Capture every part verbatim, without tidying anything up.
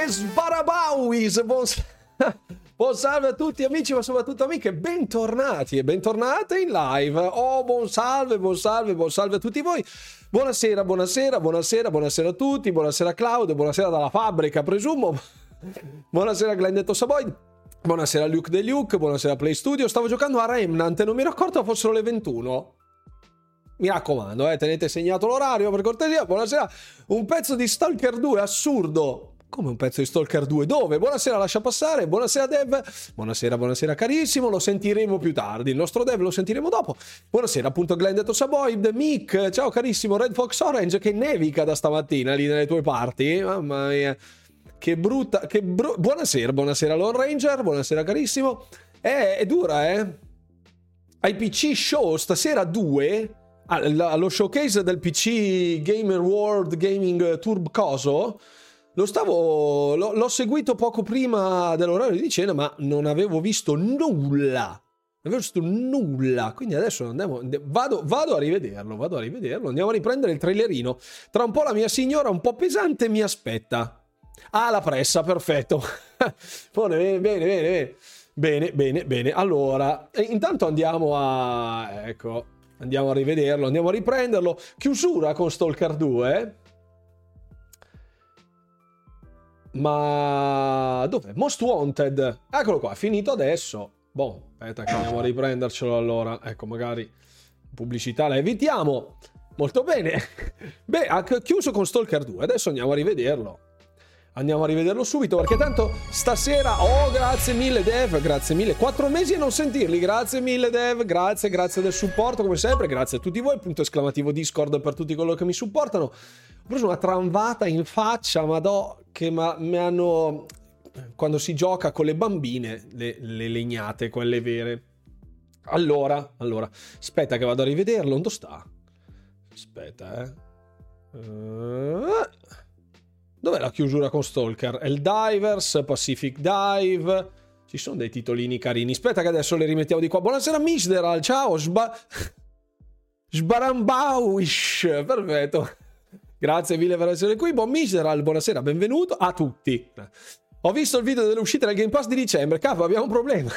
Sbarabauis, buon... buon salve a tutti amici, ma soprattutto amiche, bentornati e bentornate in live. Oh, buon salve, buon salve, buon salve a tutti voi. Buonasera, buonasera, buonasera, buonasera a tutti, buonasera Claudio, buonasera dalla fabbrica, presumo. Buonasera Glendetto Savoy, buonasera Luke De Luke, buonasera Play Studio. Stavo giocando a Remnant e non mi ero accorto fossero le ventuno. Mi raccomando, eh, tenete segnato l'orario per cortesia. Buonasera, un pezzo di Stalker due assurdo. Come un pezzo di Stalker due? Dove? Buonasera, lascia passare. Buonasera Dev. Buonasera, buonasera carissimo. Lo sentiremo più tardi. Il nostro Dev lo sentiremo dopo. Buonasera appunto Glendetto Saboid. Mick, ciao carissimo. Red Fox Orange che nevica da stamattina lì nelle tue parti. Mamma mia. Che brutta. Che bru- buonasera, buonasera Lone Ranger. Buonasera carissimo. È, è dura, eh. Ai P C Show stasera due. Allo showcase del P C Gamer World Gaming Tour Coso. Lo stavo, lo, l'ho seguito poco prima dell'orario di cena, ma non avevo visto nulla. Non avevo visto nulla. Quindi adesso andiamo, vado, vado a rivederlo. Vado a rivederlo. Andiamo a riprendere il trailerino. Tra un po' la mia signora, un po' pesante, mi aspetta. Ah, la pressa, perfetto. Bene, bene, bene, bene. Bene, bene, bene. Allora, intanto andiamo a. Ecco, andiamo a rivederlo, andiamo a riprenderlo. Chiusura con Stalker due. Ma dov'è? Most Wanted. Eccolo qua, è finito adesso. Boh, aspetta che andiamo a riprendercelo allora. Ecco, magari pubblicità la evitiamo. Molto bene. Beh, ha chiuso con Stalker due. Adesso andiamo a rivederlo. Andiamo a rivederlo subito perché tanto stasera... Oh, grazie mille Dev, grazie mille. Quattro mesi a non sentirli. Grazie mille Dev, grazie, grazie del supporto come sempre. Grazie a tutti voi. Punto esclamativo Discord per tutti coloro che mi supportano. Ho preso una tramvata in faccia, madò, che ma, mi hanno... Quando si gioca con le bambine, le, le legnate, quelle vere. Allora, allora, aspetta che vado a rivederlo. Dove sta? Aspetta, eh. Uh... Dov'è la chiusura con Stalker? Helldivers, Pacific Dive. Ci sono dei titolini carini. Aspetta che adesso le rimettiamo di qua. Buonasera Misderal, ciao. Sba... Sbarambauish. Perfetto. Grazie mille per essere qui. Buon Misderal, buonasera, benvenuto a tutti. Ho visto il video dell'uscita del Game Pass di dicembre. Capo, abbiamo un problema.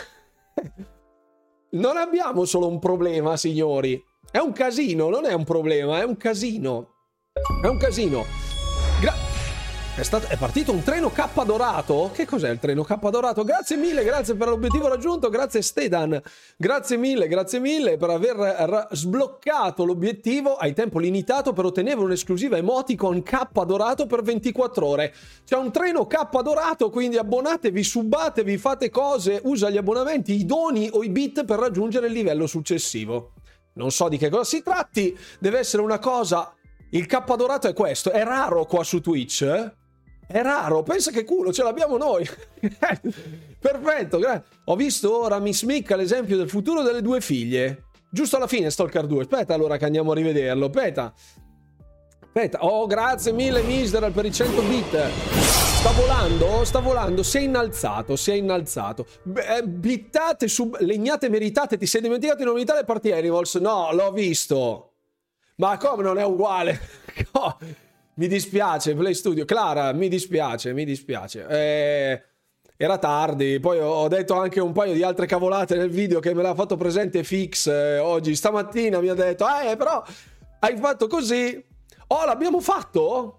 Non abbiamo solo un problema, signori. È un casino, non è un problema, è un casino. È un casino. Grazie. È, stato, è partito un treno K dorato? Che cos'è il treno K dorato? Grazie mille, grazie per l'obiettivo raggiunto, grazie Stedan, grazie mille, grazie mille per aver r- sbloccato l'obiettivo ai tempo limitato per ottenere un'esclusiva emoticon K dorato per ventiquattro ore. C'è un treno K dorato, quindi abbonatevi, subatevi, fate cose, usa gli abbonamenti, i doni o i bit per raggiungere il livello successivo. Non so di che cosa si tratti, deve essere una cosa... Il K dorato è questo, è raro qua su Twitch, eh? È raro, pensa che culo, ce l'abbiamo noi. Perfetto, grazie. Ho visto ora Miss Mick all'esempio del futuro delle due figlie. Giusto alla fine Stalker due. Aspetta allora che andiamo a rivederlo. Aspetta. Aspetta. Oh, grazie mille Misderal per i cento bit. Sta volando, sta volando, si è innalzato, si è innalzato. Beh, bittate, sub... legnate meritate, ti sei dimenticato di nominare Party Animals? No, l'ho visto. Ma come non è uguale? No. Mi dispiace, Play Studio. Clara, mi dispiace, mi dispiace. Eh, era tardi, poi ho detto anche un paio di altre cavolate nel video che me l'ha fatto presente Fix eh, oggi. Stamattina mi ha detto, eh, però hai fatto così. Oh, l'abbiamo fatto?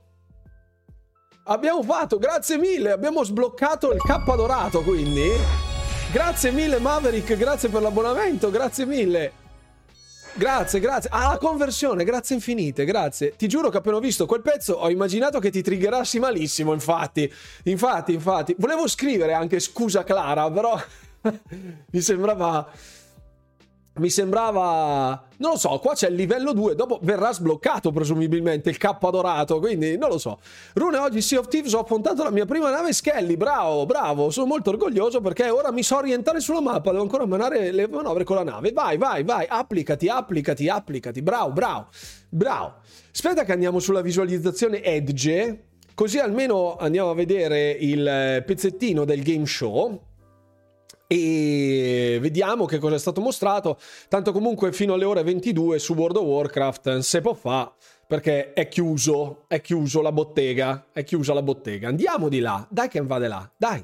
Abbiamo fatto, grazie mille. Abbiamo sbloccato il K dorato, quindi. Grazie mille Maverick, grazie per l'abbonamento, grazie mille. Grazie, grazie. Ah, la conversione, grazie infinite, grazie. Ti giuro che appena ho visto quel pezzo ho immaginato che ti triggerassi malissimo, infatti. Infatti, infatti. Volevo scrivere anche scusa Clara, però mi sembrava... Mi sembrava... Non lo so, qua c'è il livello due, dopo verrà sbloccato presumibilmente il K dorato, quindi non lo so. Rune, oggi Sea of Thieves ho appuntato la mia prima nave Skelly, bravo, bravo, sono molto orgoglioso perché ora mi so orientare sulla mappa, devo ancora manare le manovre con la nave. Vai, vai, vai, applicati, applicati, applicati, bravo, bravo, bravo. Aspetta che andiamo sulla visualizzazione Edge, così almeno andiamo a vedere il pezzettino del game show. e vediamo che cosa è stato mostrato. Tanto comunque fino alle ore ventidue su World of Warcraft non si può fare, perché è chiuso, è chiuso la bottega, è chiusa la bottega. Andiamo di là, dai che va di là, dai.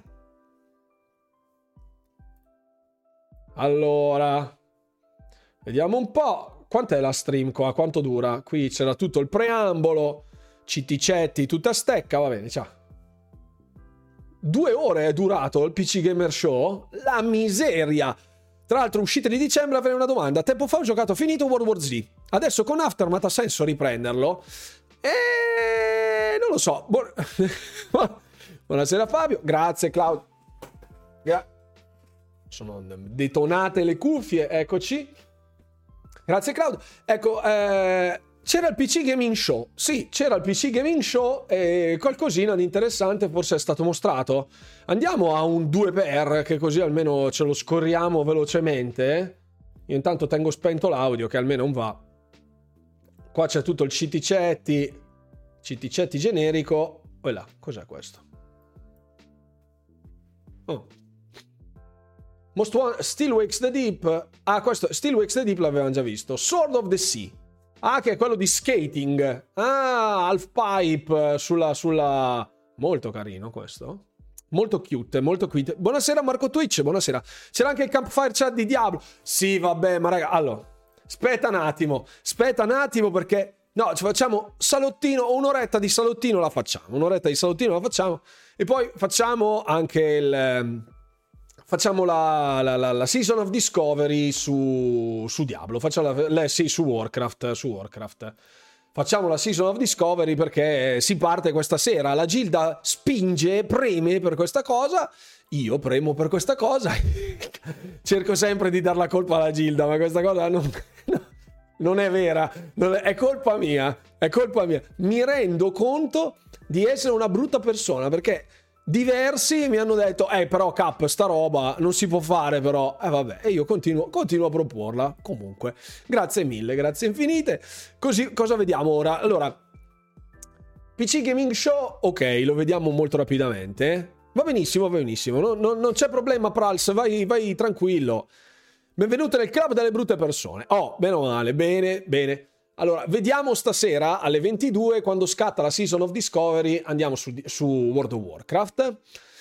Allora, vediamo un po'. Quant'è la stream qua? Quanto dura? Qui c'era tutto il preambolo, citicetti, tutta stecca, va bene, ciao. Due ore è durato il P C Gamer Show? La miseria! Tra l'altro, uscita di dicembre, avrei una domanda. Tempo fa ho giocato finito World War Z. Adesso con Aftermath ha senso riprenderlo? E non lo so. Buon... Buonasera Fabio. Grazie Claudio. Gra... Sono detonate le cuffie, eccoci. Grazie Claudio. Ecco, eh... c'era il P C Gaming Show. Sì, c'era il P C Gaming Show e qualcosina di interessante forse è stato mostrato. Andiamo a un due per, che così almeno ce lo scorriamo velocemente. Io intanto tengo spento l'audio, che almeno non va. Qua c'è tutto il citicetti, citicetti generico. E là, cos'è questo? Oh. Most One, Still Wakes the Deep. Ah, questo, Still Wakes the Deep l'avevamo già visto. Sword of the Sea. Ah, che è quello di skating. Ah, half pipe sulla, sulla... Molto carino questo. Molto cute, molto cute. Buonasera Marco Twitch, buonasera. C'era anche il campfire chat di Diablo. Sì, vabbè, ma raga, allora, aspetta un attimo, aspetta un attimo perché... No, ci facciamo salottino, un'oretta di salottino la facciamo, un'oretta di salottino la facciamo e poi facciamo anche il... Facciamo la, la, la, la Season of Discovery su, su Diablo, facciamo la, la, sì, su Warcraft, su Warcraft. Facciamo la Season of Discovery perché si parte questa sera, la Gilda spinge, preme per questa cosa, io premo per questa cosa, cerco sempre di dar la colpa alla Gilda, ma questa cosa non, non è vera, non è, è colpa mia, è colpa mia. Mi rendo conto di essere una brutta persona perché... Diversi mi hanno detto, eh però Cap, sta roba non si può fare però, eh vabbè, e io continuo, continuo a proporla, comunque, grazie mille, grazie infinite. Così, cosa vediamo ora? Allora, P C Gaming Show, ok, lo vediamo molto rapidamente, va benissimo, va benissimo, no, no, non c'è problema Prals, vai, vai tranquillo. Benvenuto nel club delle brutte persone, oh, bene o male, bene, bene. Allora, vediamo stasera alle ventidue, quando scatta la Season of Discovery, andiamo su, su World of Warcraft.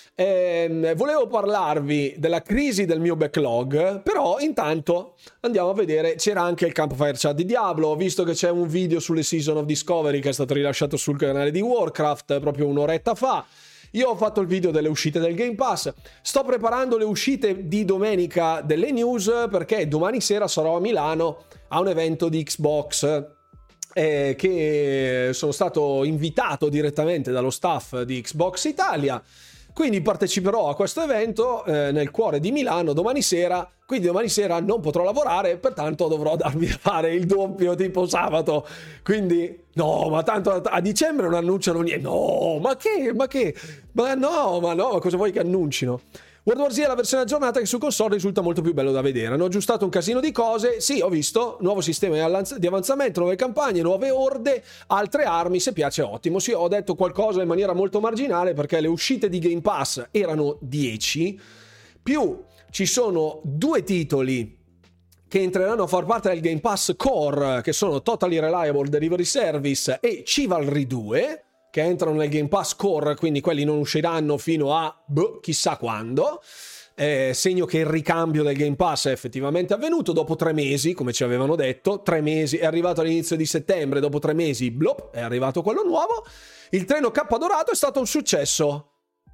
Eh, volevo parlarvi della crisi del mio backlog, però intanto andiamo a vedere, c'era anche il campfire chat di Diablo, ho visto che c'è un video sulle Season of Discovery che è stato rilasciato sul canale di Warcraft proprio un'oretta fa. Io ho fatto il video delle uscite del Game Pass, sto preparando le uscite di domenica delle news perché domani sera sarò a Milano a un evento di Xbox eh, che sono stato invitato direttamente dallo staff di Xbox Italia, quindi parteciperò a questo evento eh, nel cuore di Milano domani sera, quindi domani sera non potrò lavorare, pertanto dovrò darmi da fare il doppio tipo sabato, quindi no, ma tanto a dicembre non annunciano niente, no, ma che, ma che, ma no, ma no, ma cosa vuoi che annuncino? World War Z è la versione aggiornata che su console risulta molto più bello da vedere. Hanno aggiustato un casino di cose. Sì, ho visto. Nuovo sistema di avanzamento, nuove campagne, nuove orde, altre armi. Se piace, ottimo. Sì, ho detto qualcosa in maniera molto marginale perché le uscite di Game Pass erano dieci. Più ci sono due titoli che entreranno a far parte del Game Pass Core, che sono Totally Reliable Delivery Service e Chivalry due, che entrano nel Game Pass Core, quindi quelli non usciranno fino a boh, chissà quando, eh, segno che il ricambio del Game Pass è effettivamente avvenuto dopo tre mesi, come ci avevano detto, tre mesi, è arrivato all'inizio di settembre, dopo tre mesi, blop, è arrivato quello nuovo. Il treno K dorato è stato un successo.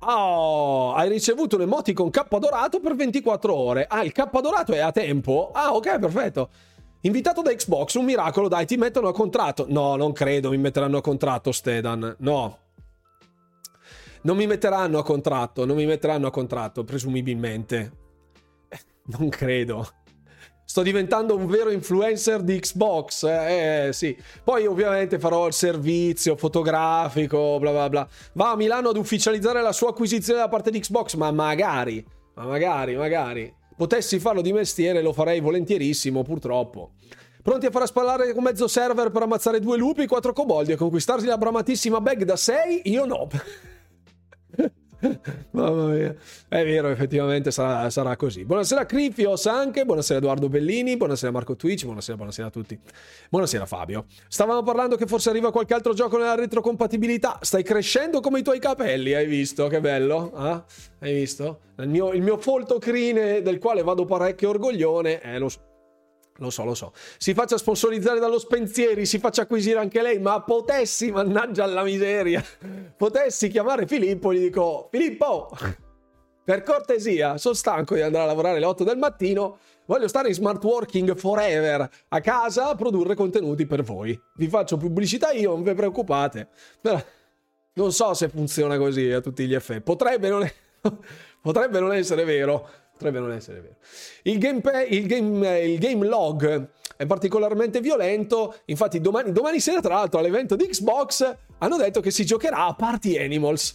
Oh, hai ricevuto un emoticon K dorato per ventiquattro ore. Ah, il K dorato è a tempo? Ah, ok, perfetto. Invitato da Xbox, un miracolo, dai, ti mettono a contratto. No, non credo mi metteranno a contratto, Stedan. No. Non mi metteranno a contratto, non mi metteranno a contratto, presumibilmente. Non credo. Sto diventando un vero influencer di Xbox, eh, eh sì. Poi ovviamente farò il servizio fotografico, bla bla bla. Va a Milano ad ufficializzare la sua acquisizione da parte di Xbox, ma magari, ma magari, magari. Potessi farlo di mestiere, lo farei volentierissimo, purtroppo. Pronti a far spallare con mezzo server per ammazzare due lupi, quattro coboldi e conquistarsi la bramatissima bag da sei? Io no. Mamma mia, è vero, effettivamente sarà, sarà così. Buonasera Crifios anche, buonasera Edoardo Bellini, buonasera Marco Twitch, buonasera, buonasera a tutti. Buonasera Fabio. Stavamo parlando che forse arriva qualche altro gioco nella retrocompatibilità. Stai crescendo come i tuoi capelli, hai visto? Che bello, ah? Hai visto? Il mio, il mio folto crine del quale vado parecchio orgoglione, eh, lo so. Lo so, lo so. Si faccia sponsorizzare dallo Spensieri, si faccia acquisire anche lei, ma potessi, mannaggia alla miseria, potessi chiamare Filippo e gli dico: Filippo, per cortesia, sono stanco di andare a lavorare alle otto del mattino, voglio stare in smart working forever, a casa a produrre contenuti per voi. Vi faccio pubblicità io, non vi preoccupate. Però non so se funziona così a tutti gli effetti. Potrebbe non, è... Potrebbe non essere vero. Potrebbe non essere vero. Il game, il game, il game log è particolarmente violento. Infatti, domani, domani sera, tra l'altro, all'evento di Xbox hanno detto che si giocherà a Party Animals.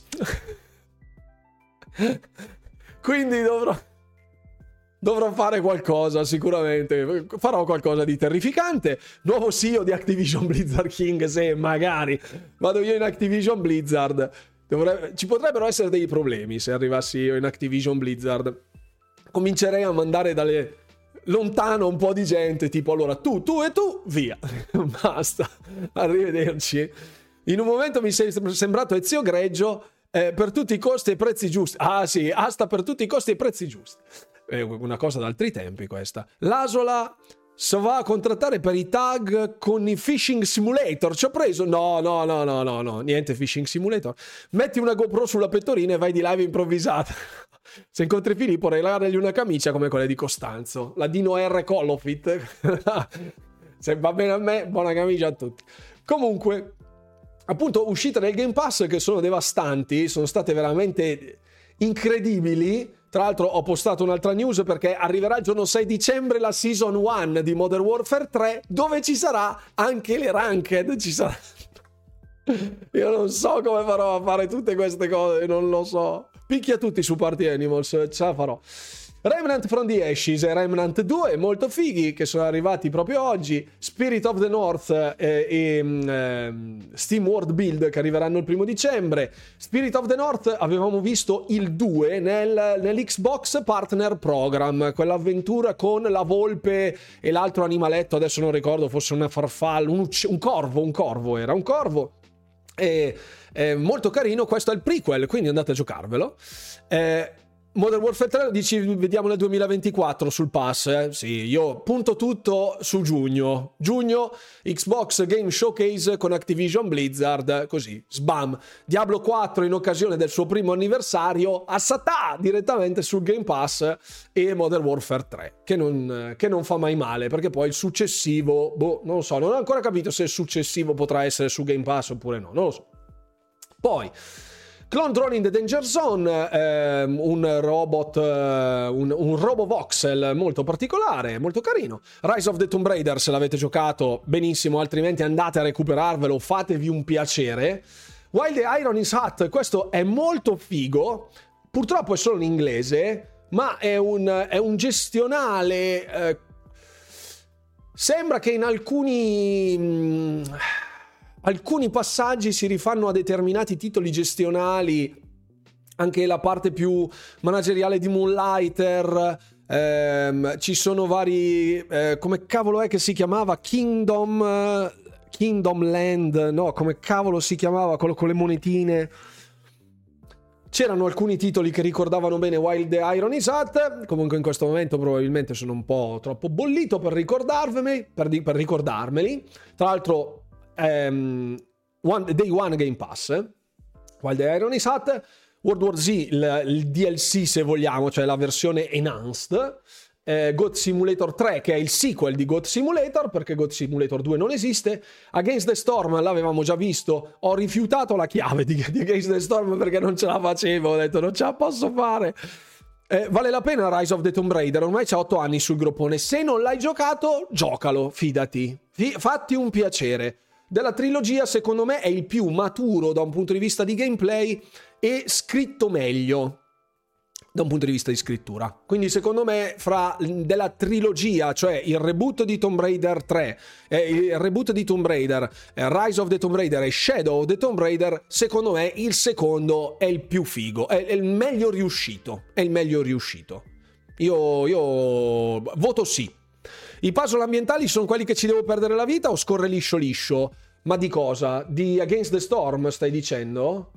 Quindi dovrò, dovrò fare qualcosa, sicuramente. Farò qualcosa di terrificante. Nuovo C E O di Activision Blizzard King. Se magari vado io in Activision Blizzard, dovrebbe, ci potrebbero essere dei problemi se arrivassi io in Activision Blizzard. Comincerei a mandare dalle lontano un po' di gente, tipo allora tu, tu e tu, via, basta, arrivederci. In un momento mi sei sembrato Ezio Greggio, eh, per tutti i costi e prezzi giusti. Ah sì, asta per tutti i costi e prezzi giusti. È una cosa d'altri tempi questa. L'Asola se va a contrattare per i tag con i Fishing Simulator. Ci ho preso? No, no, no, no, no, no, niente Fishing Simulator. Metti una GoPro sulla pettorina e vai di live improvvisata. Se incontri Filippo, regalargli una camicia come quella di Costanzo, la Dino R Collofit. Se va bene a me, buona camicia a tutti. Comunque, appunto, uscite del Game Pass che sono devastanti, sono state veramente incredibili. Tra l'altro ho postato un'altra news perché arriverà il giorno sei dicembre la Season uno di Modern Warfare tre, dove ci sarà anche le Ranked, ci sarà... Io non so come farò a fare tutte queste cose, non lo so. Picchia tutti su Party Animals, ce la farò. Remnant from the Ashes e Remnant due, molto fighi, che sono arrivati proprio oggi. Spirit of the North eh, e eh, Steam World Build che arriveranno il primo dicembre. Spirit of the North avevamo visto il due nel, nell'Xbox Partner Program, quell'avventura con la volpe e l'altro animaletto, adesso non ricordo, fosse una farfalla, un, ucc- un corvo, un corvo era, un corvo. E, è molto carino, questo è il prequel, quindi andate a giocarvelo. eh, Modern Warfare tre dici vediamo nel duemilaventiquattro sul pass, eh? Sì, io punto tutto su giugno giugno Xbox Game Showcase con Activision Blizzard, così sbam. Diablo quattro in occasione del suo primo anniversario a Satà direttamente sul Game Pass, e Modern Warfare tre che non, che non fa mai male, perché poi il successivo, boh, non lo so, non ho ancora capito se il successivo potrà essere su Game Pass oppure no, non lo so. Poi Clone Drone in the Danger Zone, ehm, un robot, eh, un, un robo-voxel molto particolare, molto carino. Rise of the Tomb Raider, se l'avete giocato benissimo, altrimenti andate a recuperarvelo, fatevi un piacere. While the Iron is Hot, questo è molto figo, purtroppo è solo in inglese, ma è un, è un gestionale, eh, sembra che in alcuni... Mh, alcuni passaggi si rifanno a determinati titoli gestionali, anche la parte più manageriale di Moonlighter, ehm, ci sono vari, eh, come cavolo è che si chiamava? Kingdom, Kingdom Land, no, come cavolo si chiamava quello con le monetine? C'erano alcuni titoli che ricordavano bene While the Iron is Hot. Comunque in questo momento probabilmente sono un po' troppo bollito per ricordarvemi, per, di, per ricordarmeli. Tra l'altro Um, one, Day One Game Pass, While the Iron is Hot, World War Z, il, il D L C se vogliamo, cioè la versione enhanced, eh, Goat Simulator tre che è il sequel di Goat Simulator, perché Goat Simulator due non esiste. Against the Storm l'avevamo già visto, ho rifiutato la chiave di, di Against the Storm perché non ce la facevo, ho detto non ce la posso fare. Eh, vale la pena Rise of the Tomb Raider, ormai c'ha otto anni sul groppone, se non l'hai giocato giocalo, fidati, F- fatti un piacere. Della trilogia secondo me è il più maturo da un punto di vista di gameplay e scritto meglio. da un punto di vista di scrittura. Quindi secondo me fra della trilogia, cioè il reboot di Tomb Raider tre, eh, il reboot di Tomb Raider, eh, Rise of the Tomb Raider e Shadow of the Tomb Raider, secondo me il secondo è il più figo, è, è il meglio riuscito, è il meglio riuscito. Io, io voto sì. I puzzle ambientali sono quelli che ci devo perdere la vita o scorre liscio liscio? Ma di cosa? Di Against the Storm stai dicendo?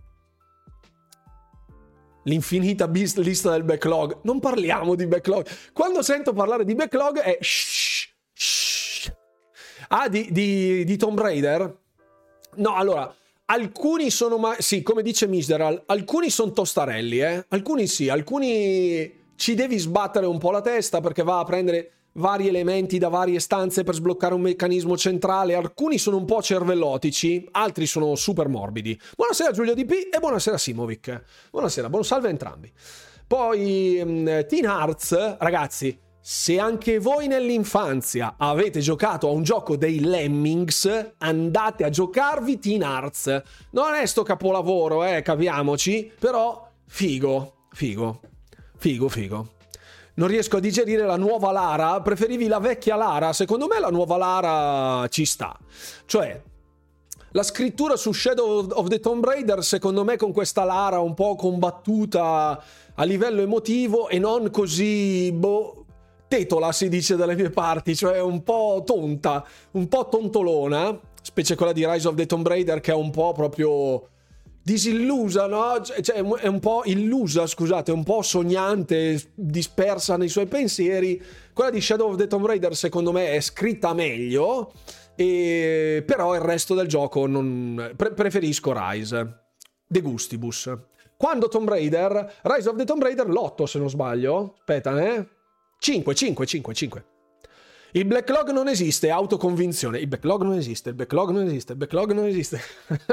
L'infinita bis- lista del backlog. Non parliamo di backlog. Quando sento parlare di backlog è shh, shh. Ah, di, di, di Tomb Raider? No, allora, alcuni sono ma- sì, come dice Misderal, alcuni sono tostarelli, eh? Alcuni sì, alcuni ci devi sbattere un po' la testa perché va a prendere vari elementi da varie stanze per sbloccare un meccanismo centrale. Alcuni sono un po' cervellotici, altri sono super morbidi. Buonasera Giulio D P e buonasera Simovic. Buonasera, buon salve a entrambi. Poi um, Teen Hearts, ragazzi, se anche voi nell'infanzia avete giocato a un gioco dei Lemmings, andate a giocarvi Teen Hearts. Non è sto capolavoro, eh, capiamoci, però figo, figo, figo, figo. Non riesco a digerire la nuova Lara, preferivi la vecchia Lara? Secondo me la nuova Lara ci sta. Cioè, la scrittura su Shadow of the Tomb Raider, secondo me con questa Lara un po' combattuta a livello emotivo e non così, boh, tetola si dice dalle mie parti, cioè un po' tonta, un po' tontolona, specie quella di Rise of the Tomb Raider che è un po' proprio disillusa, no? Cioè, è un po' illusa, scusate, un po' sognante, dispersa nei suoi pensieri. Quella di Shadow of the Tomb Raider secondo me è scritta meglio, e... però il resto del gioco non... Pre- preferisco Rise. De gustibus. Quando Tomb Raider, Rise of the Tomb Raider l'otto se non sbaglio, aspetta, eh? cinque, cinque, cinque, cinque. Il backlog non esiste, autoconvinzione. Il backlog non esiste, il backlog non esiste, il backlog non esiste.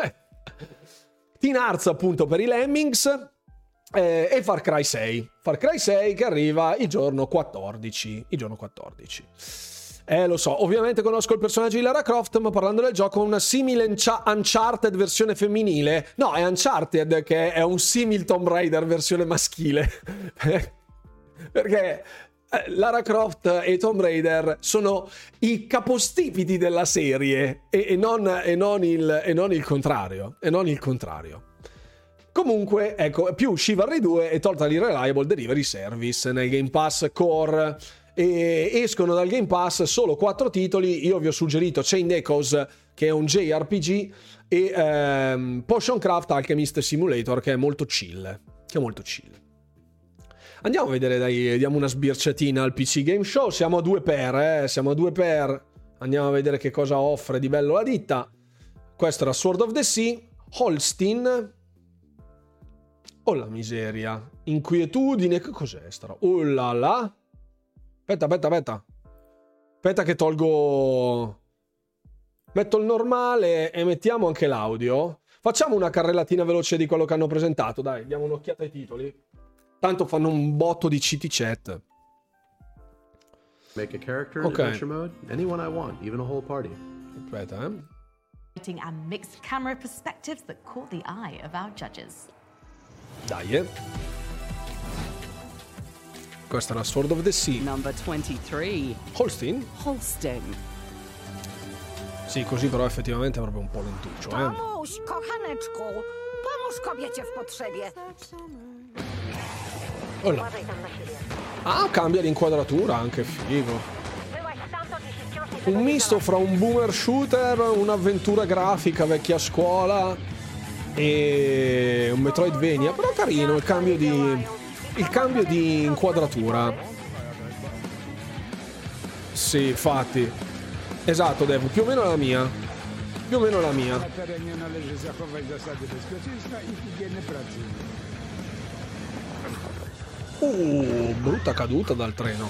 Teen Hearts appunto per i Lemmings eh, e Far Cry sei. Far Cry sei che arriva il giorno quattordici. Il giorno quattordici. Eh, lo so, ovviamente conosco il personaggio di Lara Croft, ma parlando del gioco una simile Uncharted versione femminile. No, è Uncharted che è un simil Tomb Raider versione maschile. Perché Lara Croft e Tomb Raider sono i capostipiti della serie e, e, non, e, non il, e non il contrario e non il contrario. Comunque ecco, più Chivalry due e Totally Reliable Delivery Service nel Game Pass Core, e escono dal Game Pass solo quattro titoli. Io vi ho suggerito Chained Echoes che è un J R P G e ehm, Potioncraft Alchemist Simulator che è molto chill, che è molto chill. Andiamo a vedere, dai, diamo una sbirciatina al P C Game Show. Siamo a due per, eh, siamo a due per. Andiamo a vedere che cosa offre di bello la ditta. Questo era Sword of the Sea, Holstein. Oh la miseria. Inquietudine, che cos'è sta roba? Oh là là. Aspetta, aspetta, aspetta. Aspetta che tolgo... Metto il normale e mettiamo anche l'audio. Facciamo una carrellatina veloce di quello che hanno presentato, dai, diamo un'occhiata ai titoli. Tanto fanno un botto di C T chat. Make a character in okay. adventure mode, anyone I want, even a whole party. Aspetta, eh. And mixed camera perspectives that caught the eye of our judges. Dai, eh. Questa è la Sword of the Sea. Number twenty-three. Holstein? Holstein. Sì, così però effettivamente è proprio un po' lentuccio, eh. Pomóż, kochaneczku! Pomóż kobiecie w potrzebie! Oh là. Ah, cambia l'inquadratura, anche figo. Un misto fra un boomer shooter, un'avventura grafica vecchia scuola e un Metroidvania, però carino il cambio di il cambio di inquadratura. Sì, infatti. Esatto, Dev, più o meno la mia. Più o meno la mia. Uh, brutta caduta dal treno.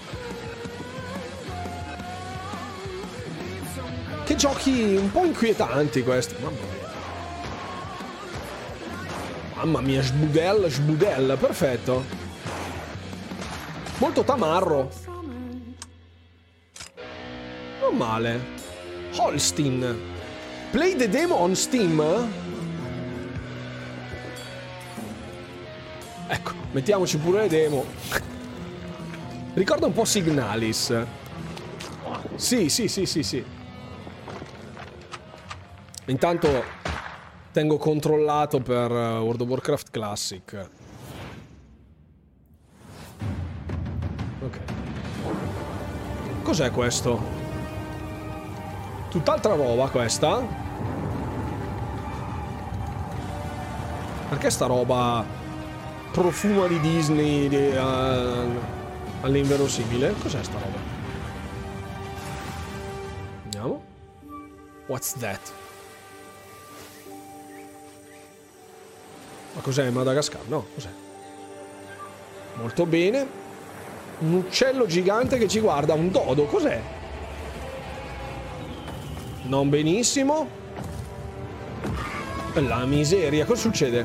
Che giochi un po' inquietanti questi. Mamma mia. Mamma mia, sbudel, sbudel, perfetto. Molto tamarro. Non male. Holstein. Play the demo on Steam? Ecco, mettiamoci pure le demo. Ricorda un po' Signalis. Sì, sì, sì, sì, sì. Intanto tengo controllato per World of Warcraft Classic. Ok. Cos'è questo? Tutt'altra roba questa? Perché sta roba profuma di Disney di, uh, all'inverosimile? Cos'è sta roba? Andiamo. What's that? Ma cos'è? Madagascar? No, cos'è? Molto bene. Un uccello gigante che ci guarda. Un dodo, cos'è? Non benissimo. La miseria, cosa succede?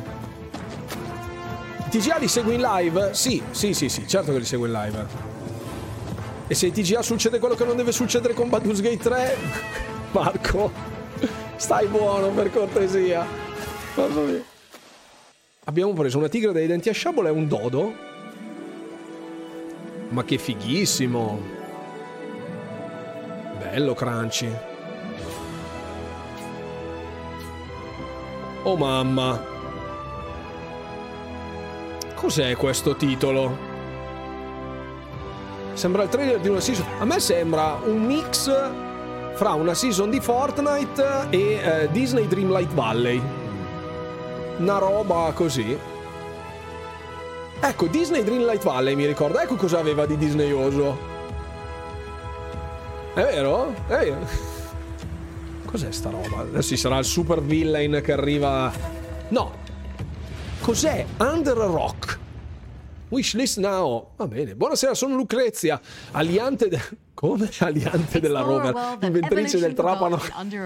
T G A li segue in live? Sì, sì, sì, sì, certo che li segue in live. E se in T G A succede quello che non deve succedere con Baldur's Gate tre? Marco, stai buono per cortesia. Mamma mia. Abbiamo preso una tigre dai denti a sciabola e un dodo. Ma che fighissimo. Bello Crunchy. Oh mamma. Cos'è questo titolo? Sembra il trailer di una season. A me sembra un mix fra una season di Fortnite e eh, Disney Dreamlight Valley. Una roba così. Ecco, Disney Dreamlight Valley mi ricorda. Ecco cosa aveva di disneyoso. È vero? È vero. Cos'è sta roba? Adesso ci sarà il super villain che arriva. No. Cos'è? Under a Rock. Wishlist now. Va bene. Buonasera, sono Lucrezia, aliante de... Come? Aliante della rover, inventrice del trapano.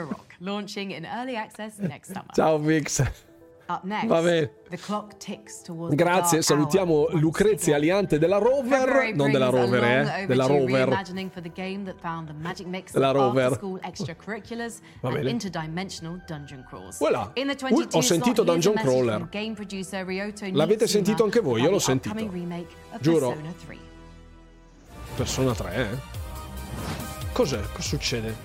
Ciao Vix. Va bene. Grazie, salutiamo Lucrezia, aliante della rover, non della rover, eh, della rover. Della rover. Va bene. Voilà. Uh, ho sentito Dungeon Crawler. L'avete sentito anche voi? Io l'ho sentito. Giuro. Persona tre, eh? Cos'è? Cosa succede?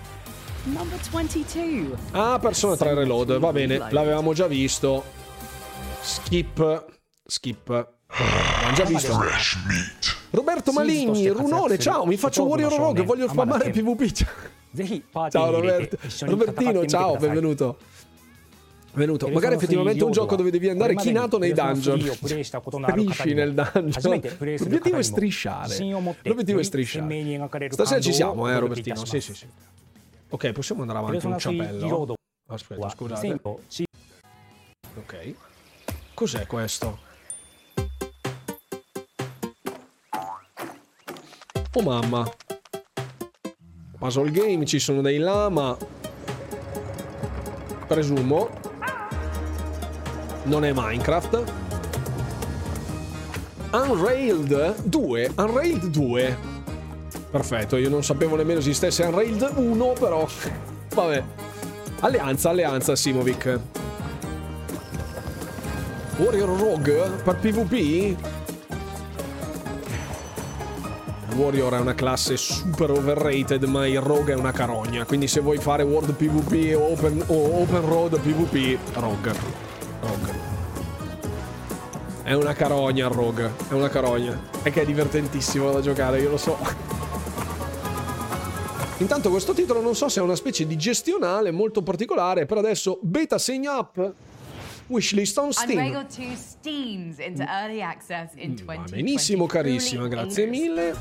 Ah, Persona tre Reload, va bene, l'avevamo già visto. Skip. Skip. L'abbiamo già visto. Roberto Maligni, Runone, ciao, mi faccio Warrior Rogue, voglio spamare PvP. Ciao Roberto. Robertino, ciao, benvenuto. Venuto. Magari effettivamente un gioco dove devi andare chinato nei dungeon. Strisci nel dungeon. L'obiettivo è strisciare. L'obiettivo è strisciare. Stasera ci siamo, eh, Robertino. Sì, sì, sì. Ok, possiamo andare avanti un ciappello. Aspetta, scusate. Ok. Cos'è questo? Oh mamma. Puzzle game, ci sono dei lama. Presumo. Non è Minecraft. Unrailed due. Unrailed due. Perfetto, io non sapevo nemmeno esistesse Unrailed uno, però vabbè. Alleanza, alleanza Simovic. Warrior Rogue per PvP? Warrior è una classe super overrated, ma il Rogue è una carogna. Quindi se vuoi fare World PvP o Open, o open Road PvP, Rogue. Rogue. È una carogna il Rogue. È una carogna. È che è divertentissimo da giocare, io lo so. Intanto questo titolo non so se è una specie di gestionale molto particolare. Per adesso beta segn up. Wishlist on Steam. Va benissimo carissima, grazie mille.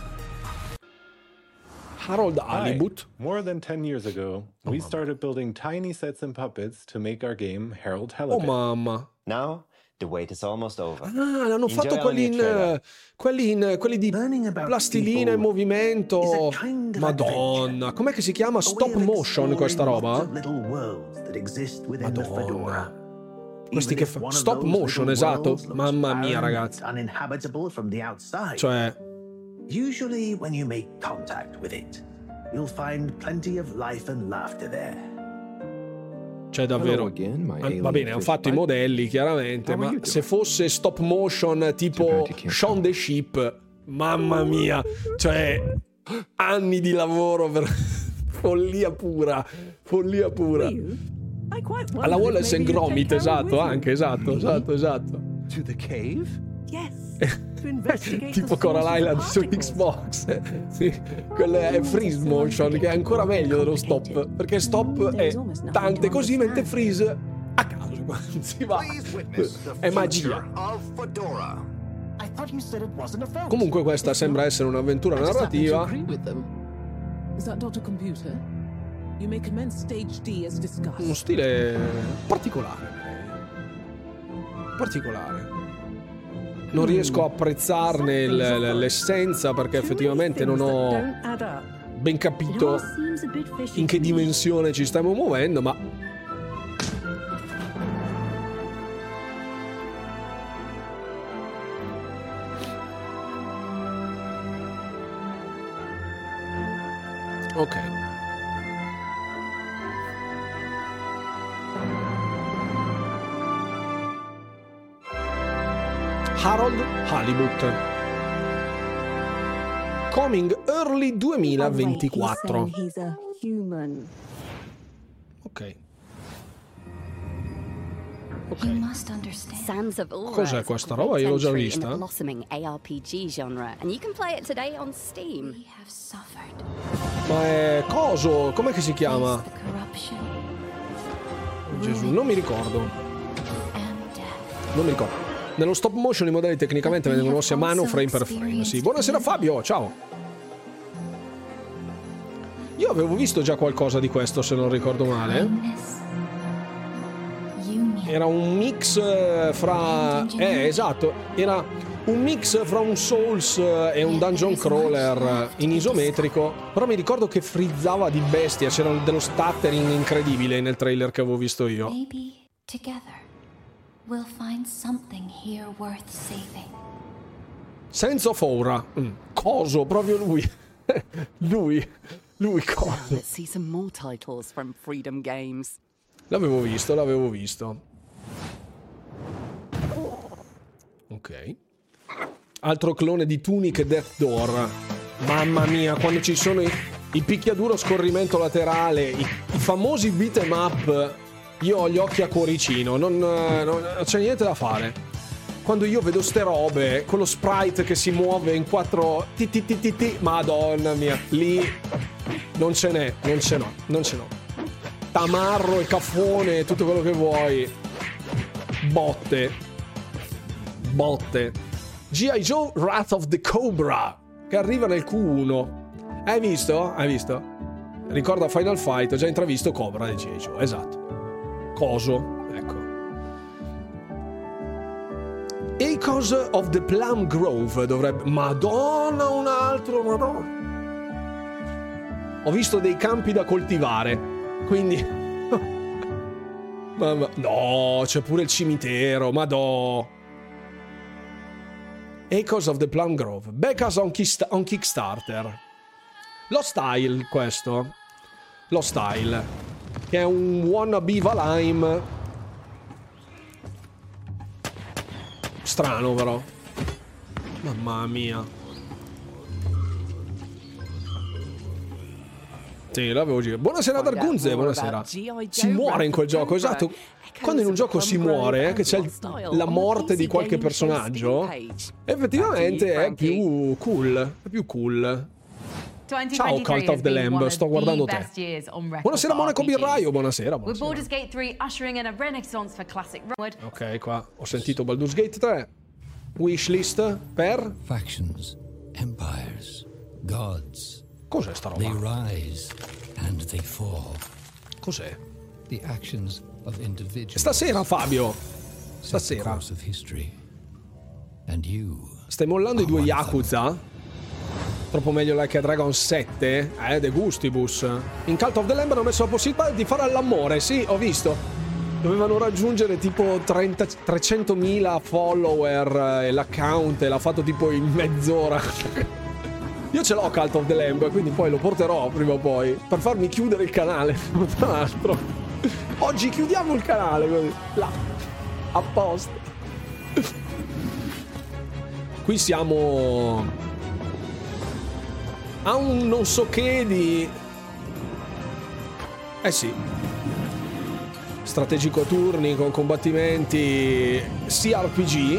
Harold Halibut. More than ten years ago, we oh, started building tiny sets and puppets to make our game Harold Oh Halibut. mamma. Now the wait is almost over. Ah, l'hanno fatto quelli in, quelli in quelli di plastilina in movimento. Madonna, com'è che si chiama? Stop motion questa roba? Madonna. Questi che fa stop motion, esatto. Mamma mia, ragazzi. Cioè, usually when you make contact with it, you'll find plenty of life and laughter there. Cioè davvero. Va bene, hanno fatto i modelli chiaramente, ma se fosse stop motion tipo Shaun the Sheep, mamma mia, cioè anni di lavoro per follia pura, follia pura. Alla Wallace and Gromit, esatto, anche, esatto, esatto, esatto. To the cave? Tipo Coral Island su Xbox. Sì, quello è freeze motion, che è ancora meglio dello stop, perché stop è tante così, mentre freeze a caso quando si va. È magia. Comunque questa sembra essere un'avventura narrativa. Uno stile particolare. Particolare. Non riesco a apprezzarne l'essenza perché effettivamente non ho ben capito in che dimensione ci stiamo muovendo, ma ok. Harold Halibut. Coming early duemilaventiquattro. Ok. Ok. Cos'è questa roba? Io l'ho già vista. Ma è coso? Com'è che si chiama? Gesù, non mi ricordo. Non mi ricordo. Nello stop motion i modelli tecnicamente vengono mossi a mano frame per frame. Sì. Buonasera Fabio, ciao. Io avevo visto già qualcosa di questo, se non ricordo male. Era un mix fra... Eh, esatto. Era un mix fra un Souls e un dungeon crawler in isometrico. Però mi ricordo che frizzava di bestia. C'era dello stuttering incredibile nel trailer che avevo visto io. We'll find something here worth saving. Sense of Aura. Mm. Coso, proprio lui. lui. Lui coso. Let's see some more titles from Freedom Games. L'avevo visto, l'avevo visto. Ok. Altro clone di Tunic e Death Door. Mamma mia, quando ci sono i, i picchiaduro scorrimento laterale, i, i famosi beat 'em up. Io ho gli occhi a cuoricino, non, non, non c'è niente da fare. Quando io vedo ste robe, quello sprite che si muove in quattro ti ti ti ti ti, madonna mia, lì non ce n'è, non ce n'ho, non ce n'ho. Tamarro e caffone, tutto quello che vuoi. Botte. Botte. G I. Joe Wrath of the Cobra, che arriva nel Q uno. Hai visto? Hai visto? Ricorda Final Fight, ho già intravisto Cobra di G I. Joe, esatto. Coso, ecco. Echoes of the Plum Grove dovrebbe... Madonna, un altro, madonna. Ho visto dei campi da coltivare, quindi... Mamma... No, c'è pure il cimitero, madò. Echoes of the Plum Grove. Becca's on, Kist- on Kickstarter. Lo style, questo. Lo style. Che è un wannabe Valheim. Strano però. Mamma mia. Sì, l'avevo girato. Buonasera Dargunze, buonasera. Si muore in quel gioco, esatto. Quando in un gioco si muore, eh, che c'è il, la morte di qualche personaggio, effettivamente è più cool. È più cool. Ciao Cult of the Lamb, sto guardando te. Buonasera Monaco Birraio, buonasera, buonasera. Ok, qua ho sentito Baldur's Gate tre. Wishlist per Factions, empires, gods. Cos'è sta roba? They rise and they fall. Cos'è? The actions of individuals. Stasera Fabio. Stasera. And you. Stai mollando i due Yakuza? Troppo meglio Like a Dragon sette? Eh, De Gustibus. In Cult of the Lamb hanno messo la possibilità di fare all'amore, sì, ho visto. Dovevano raggiungere tipo trenta, trecentomila follower e l'account e l'ha fatto tipo in mezz'ora. Io ce l'ho Cult of the Lamb, quindi poi lo porterò prima o poi per farmi chiudere il canale, tra l'altro. Oggi chiudiamo il canale così. Là. Apposta. Qui siamo a un non so che di... Eh sì. Strategico a turni con combattimenti C R P G.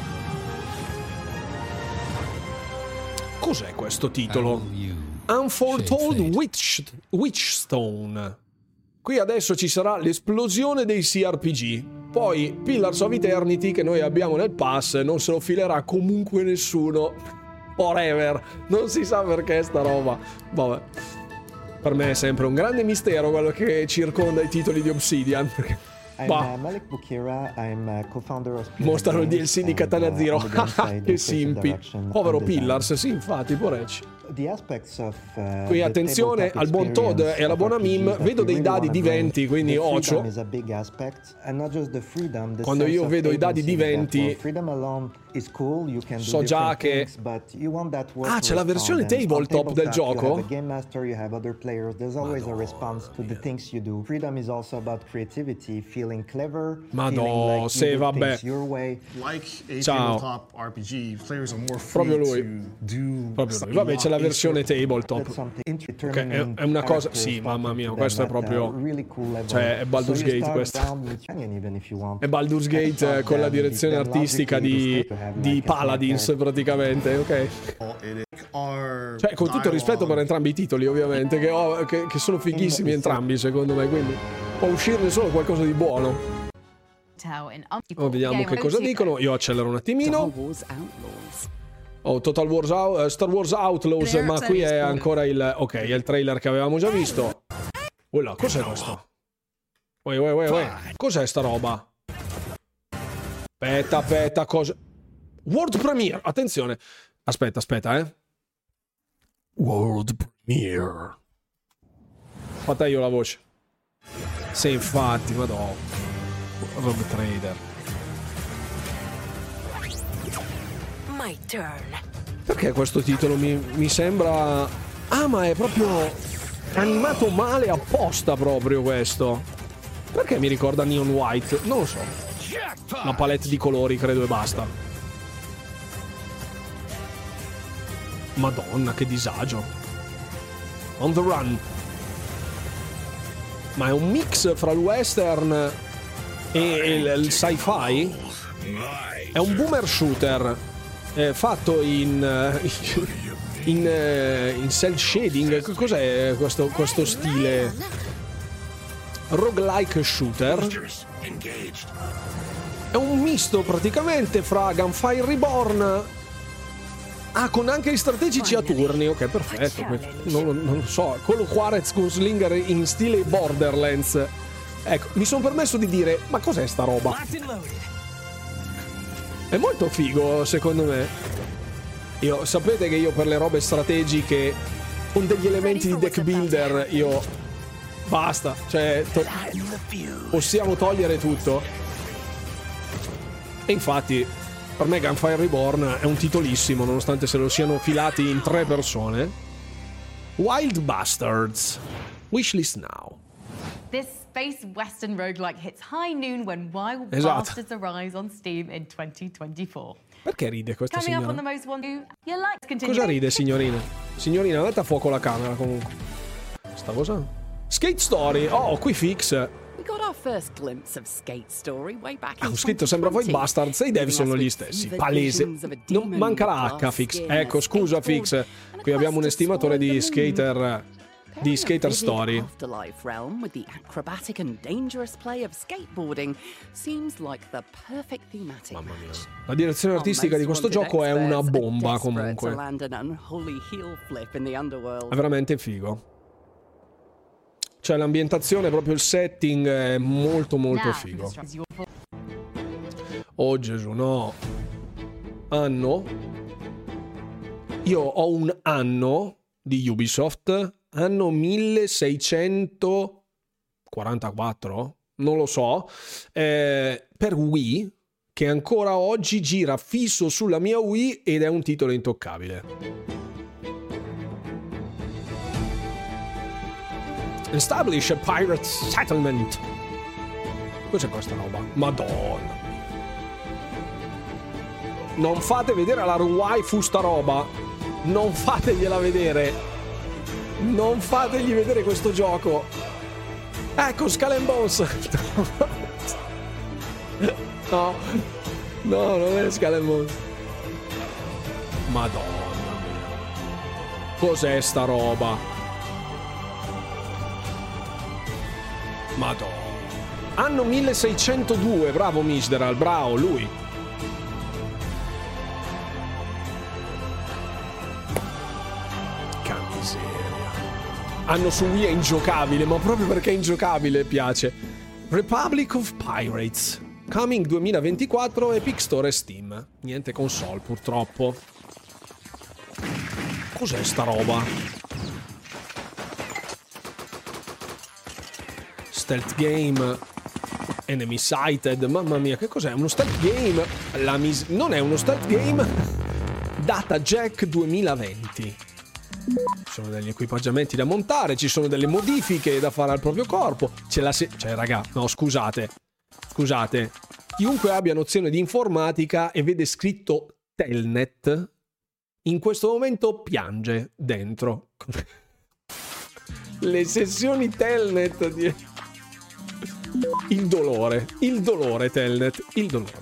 Cos'è questo titolo? Unforetold Witch, Witchstone. Qui adesso ci sarà l'esplosione dei C R P G. Poi Pillars of Eternity, che noi abbiamo nel pass, non se lo filerà comunque nessuno. Forever. Non si sa perché sta roba. Vabbè. Per me è sempre un grande mistero quello che circonda i titoli di Obsidian. Bah. Mostrano il D L C di Katana Zero. Che simpi. Povero Pillars, sì, infatti, porecci. Qui attenzione al buon Todd e alla buona Mim. Vedo dei dadi di venti, quindi ocio. Quando io vedo i dadi di venti, so già che... Ah, c'è la versione tabletop del gioco? Madò, se vabbè. Ciao. Proprio lui. Proprio lui. Vabbè, c'è la versione tabletop. Okay, è, è una cosa... Sì, mamma mia, questo è proprio... Cioè, è Baldur's Gate questo. È Baldur's Gate con la direzione artistica di, di Paladins, praticamente, ok? Cioè, con tutto il rispetto per entrambi i titoli, ovviamente, che, ho, che, che sono fighissimi entrambi, secondo me, quindi può uscirne solo qualcosa di buono. Oh, vediamo che cosa dicono. Io accelero un attimino. Oh, Total Wars Out, uh, Star Wars Outlaws, ma qui è ancora il... Ok, è il trailer che avevamo già visto. Oh là, cos'è questo? Uè, uè, uè, uè. Cos'è sta roba? Aspetta, aspetta, cosa... World Premiere, attenzione. Aspetta, aspetta, eh. World Premiere. Fatta io la voce. Sì, infatti, madò. Rogue Trader. My turn. Perché questo titolo mi, mi sembra... Ah, ma è proprio animato male apposta proprio questo. Perché mi ricorda Neon White? Non lo so. Una palette di colori, credo, e basta. Madonna, che disagio. On the Run. Ma è un mix fra il western e il, il sci-fi? È un boomer shooter eh, fatto in in, in cel shading. Cos'è questo, questo stile? Roguelike shooter. È un misto praticamente fra Gunfire Reborn. Ah, con anche gli strategici a turni. Ok, perfetto. Non, non lo so. Quello Quarez Gunslinger in stile Borderlands. Ecco, mi sono permesso di dire, ma cos'è sta roba? È molto figo, secondo me. Io, sapete che io per le robe strategiche con degli elementi di deck builder, io basta, cioè to- possiamo togliere tutto. E infatti per me Gunfire Reborn è un titolissimo, nonostante se lo siano filati in tre persone. Wild Bastards. Wishlist now. This space western roguelike hits high noon when Wild Esatto. Bastards arrives on Steam in twenty twenty-four. Perché ride questa Coming up signora? on the most one you like continue. Cosa ride, signorina? Signorina, metta a fuoco la camera comunque. Sta cosa? Skate Story. Oh, qui fix. We got our first glimpse of Skate Story way back in Ah, scritto sembra Void Bastards e i dev sono gli stessi. Palese. Non manca la H, Fix. Ecco, scusa, Fix. Qui abbiamo un estimatore di skater. Di Skater Story. Afterlife realm with the acrobatic and dangerous play of skateboarding seems like the perfect thematic. Mamma mia. La direzione artistica di questo gioco è una bomba comunque. È veramente figo. Cioè l'ambientazione, proprio il setting è molto molto figo. Oh Gesù, no. Anno? Io ho un anno di Ubisoft. Anno milleseicentoquarantaquattro? Non lo so. Eh, per Wii, che ancora oggi gira fisso sulla mia Wii ed è un titolo intoccabile. Establish a pirate settlement. Cos'è questa roba? Madonna. Non fate vedere alla waifu sta roba. Non fategliela vedere. Non fategli vedere questo gioco. Ecco Skull and Bones. No. No, non è Skull and Bones. Madonna mia. Cos'è sta roba? Madonna. Anno milleseicentodue, bravo Misderal, bravo lui. Che miseria. Anno su Wii è ingiocabile, ma proprio perché è ingiocabile piace. Republic of Pirates. Coming duemilaventiquattro, Epic Store e Steam. Niente console purtroppo. Cos'è sta roba? Stealth game. Enemy sighted. Mamma mia, che cos'è? Uno stealth game? La mis- non è uno stealth game. Data Jack duemilaventi. Ci sono degli equipaggiamenti da montare, ci sono delle modifiche da fare al proprio corpo. C'è la se- Cioè, raga, no, scusate. Scusate. Chiunque abbia nozione di informatica e vede scritto Telnet, in questo momento piange dentro. Le sessioni Telnet di... Il dolore, il dolore Telnet, il dolore.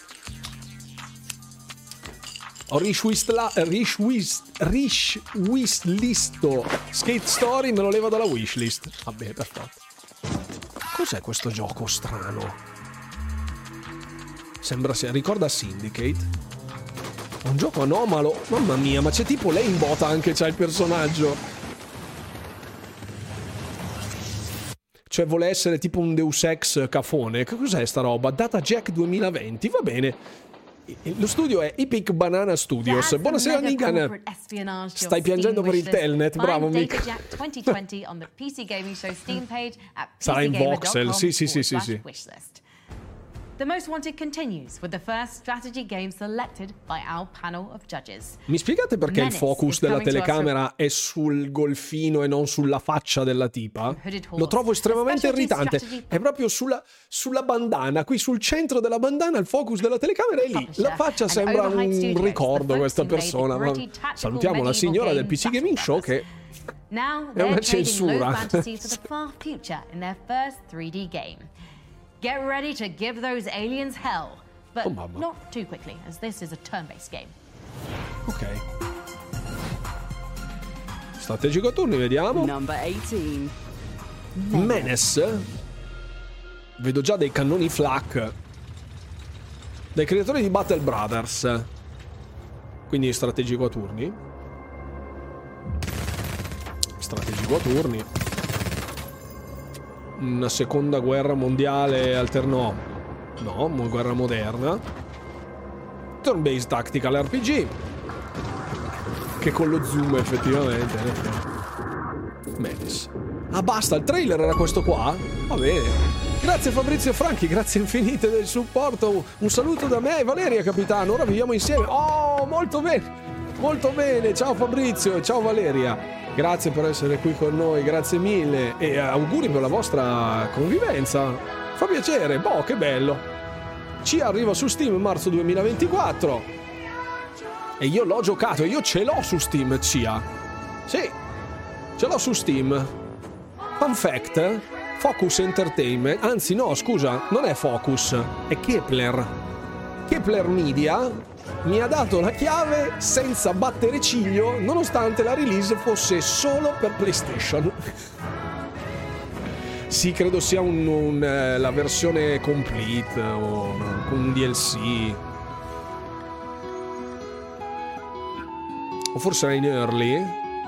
Ho rishwistla, rishwist, rishwistlisto Skate Story, me lo levo dalla wishlist. Vabbè, perfetto. Cos'è questo gioco strano? Sembra sia... ricorda Syndicate. È un gioco anomalo. Mamma mia, ma c'è tipo lei in bota anche, c'ha il personaggio. Cioè vuole essere tipo un Deus Ex cafone. Che cos'è sta roba? Data Jack duemilaventi, va bene. Lo studio è Epic Banana Studios. Buonasera Nigan. Stai piangendo per il Telnet, bravo Mick. Sarà in voxel, sì sì sì sì sì. The most wanted continues with the first strategy game selected by our panel of judges. Mi spiegate perché il focus della telecamera è sul golfino e non sulla faccia della tipa? Lo trovo estremamente irritante. È proprio sulla, sulla bandana, qui sul centro della bandana il focus della telecamera è lì. La faccia sembra un ricordo questa persona. Ma salutiamo la signora del P C Gaming Show che è una censura. Get ready to give those aliens hell, but oh, not too quickly, as this is a turn-based game. Ok. Strategico a turni, vediamo. Number eighteen. Menace. Vedo già dei cannoni flak. Dai creatori di Battle Brothers. Quindi strategico a turni. Strategico a turni. Una seconda guerra mondiale alternò. No, no, guerra moderna. Turn-based tactical R P G. Che con lo zoom effettivamente. Menace. Ah basta, il trailer era questo qua? Va bene. Grazie Fabrizio Franchi, grazie infinite del supporto. Un saluto da me e Valeria capitano. Ora viviamo insieme. Oh, molto bene. Molto bene. Ciao Fabrizio, ciao Valeria. Grazie per essere qui con noi, grazie mille e auguri per la vostra convivenza. Fa piacere, boh, che bello. Ci arriva su Steam marzo duemilaventiquattro. E io l'ho giocato, io ce l'ho su Steam, Cia. Sì, ce l'ho su Steam. Fun fact, Focus Entertainment, anzi no, scusa, non è Focus, è Kepler. Kepler Media mi ha dato la chiave senza battere ciglio, nonostante la release fosse solo per PlayStation. Sì, credo sia un, un, la versione complete o un D L C. O forse era in early.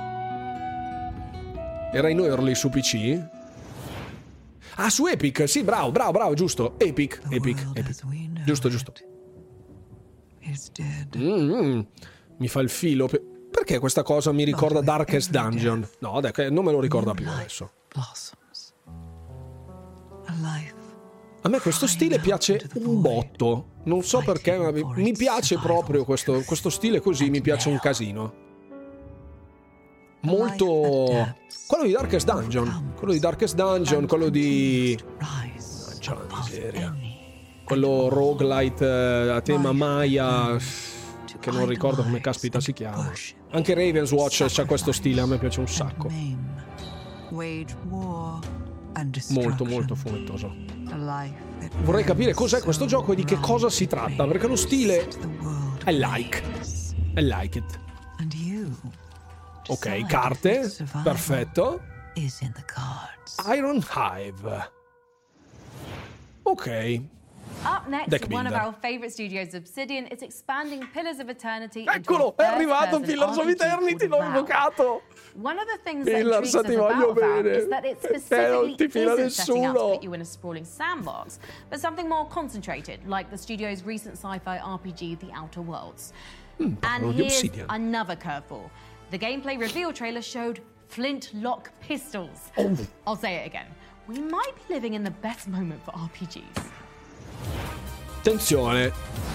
Era in early su P C. Ah, su Epic, sì, bravo, bravo, bravo, giusto. Epic, Epic, Epic. Giusto, giusto. Mm-hmm. Mi fa il filo. Perché questa cosa mi ricorda Darkest Dungeon? No, dai, non me lo ricorda più adesso. A me questo stile piace un botto. Non so perché, ma mi piace proprio questo, questo stile così, mi piace un casino. molto... Quello di Darkest Dungeon. Quello di Darkest Dungeon, quello di... C'è la miseria. Quello roguelite a tema Maya, che non ricordo come caspita si chiama. Anche Ravenswatch c'ha questo stile, a me piace un sacco. Molto molto fumettoso. Vorrei capire cos'è questo gioco e di che cosa si tratta, perché lo stile è like. È like it. Ok, carte, perfetto. Iron Hive. Ok. Up next, Deck one of builder. our favorite studios, Obsidian, is expanding Pillars of Eternity. Eccolo, è arrivato Pillars of Eternity, l'ho invocato. One of the things that Pillars, intrigues us ti voglio about Valve bene. is that it Perché non ti specifically fila isn't setting out to nessuno. put you in a sprawling sandbox, but something more concentrated, like the studio's recent sci-fi R P G, The Outer Worlds. Mm, And di here's Obsidian. another curveball. The gameplay reveal trailer showed flintlock pistols. Oh. I'll say it again. We might be living in the best moment for R P Gs. Attenzione.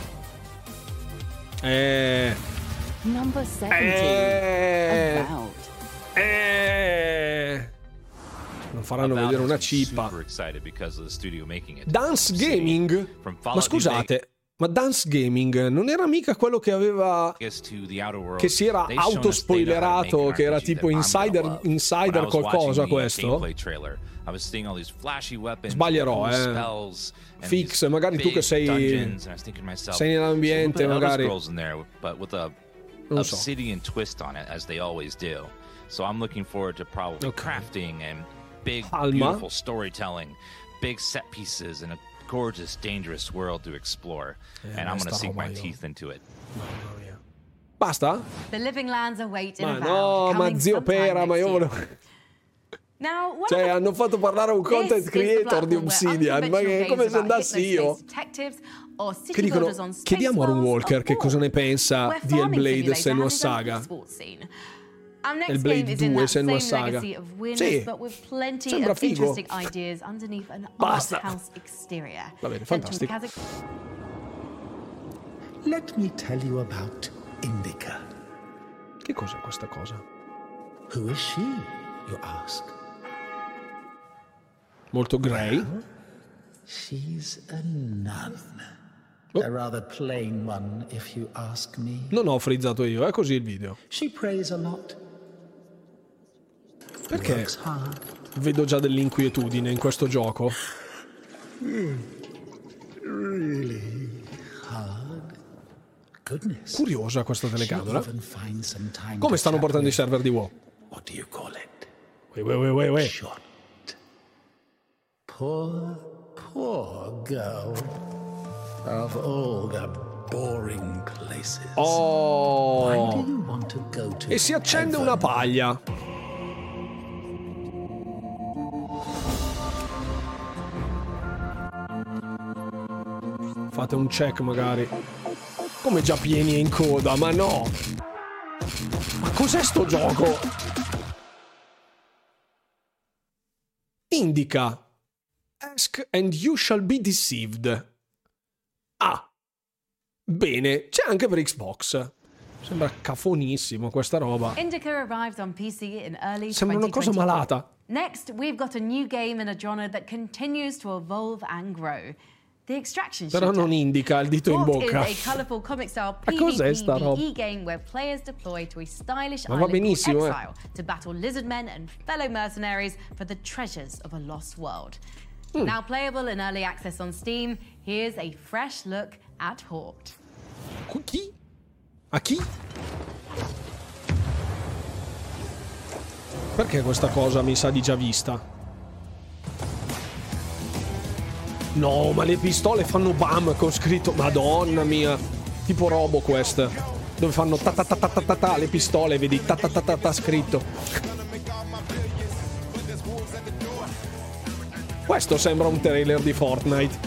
Eh... Number seventeen. Eh... About. Eh... Non faranno vedere una cippa. Dance Gaming? Ma scusate, ma Dance Gaming non era mica quello che aveva... che si era autospoilerato, che era tipo Insider, insider qualcosa questo? Sbaglierò, eh. Fix, magari tu che sei... sei nell'ambiente, magari... Non so. Obsidian twist on it, as they always do. So I'm looking forward to probably Okay. crafting and big, Alma. beautiful storytelling, big set pieces, and a gorgeous, dangerous world to explore. Eh, and I'm going to sta sink my roba io. teeth into it. Basta? The Living Lands await in Ma a no, ma zio Pera, ma io volevo... Now, one Cioè, of the- hanno fatto parlare a un This content is the creator di platform where Obsidian, ma unconventional che games come se about andassi io. hypno-based detectives or city Che dicono, builders on space chiediamo a Ron worlds Walker are che cosa ne born, pensa where di farming Hellblade simulator Senua has its own Saga. esport scene. Our next Hellblade game is in due that Senua same Saga. legacy of winners, Sì, but with plenty sembra of figo. interesting ideas underneath an art Basta. house exterior. Va bene, Sent to fantastico. Kazakh- Let me tell you about Indica. Che cos'è questa cosa? Who is she, you ask? Molto grey. She's a nun. Oh. A rather plain one, if you ask me. Non ho frizzato io, è così il video. She prays a lot. Perché Works hard. vedo già dell'inquietudine in questo gioco? Really hard. Goodness. Curiosa questa telecamera. She even finds some time Come to stanno chat portando i with- server di WoW? What do you call it? Ue, ue, ue, ue, ue. Shot. Poor, poor girl. Of all the boring places. Why do Oh! you want to go to E si accende heaven? una paglia. Fate un check magari. Come già pieni e in coda, ma no! Ma cos'è sto gioco? Indica. Ask and you shall be deceived. Ah. Bene, c'è anche per Xbox. Sembra cafonissimo questa roba. Indica arrived on P C in early Sembra una cosa twenty twenty-two. malata. Next, we've got a new game in a genre that continues to evolve and grow. The Extraction Però shooter. non indica il dito in What bocca. is a colourful comic-style Ma cos'è sta roba? PvP game where players deploy to a stylish Ma va island benissimo, called eh. Exile to battle lizard men and fellow mercenaries for the treasures of a lost world. Hmm. Now playable in early access on Steam, here's a fresh look at Hort. Chi? A chi? Perché questa cosa mi sa di già vista? No, ma le pistole fanno bam con scritto... Madonna mia. Tipo RoboQuest. Dove fanno ta ta ta ta ta ta ta le pistole, vedi ta ta ta ta ta scritto. Questo sembra un trailer di Fortnite.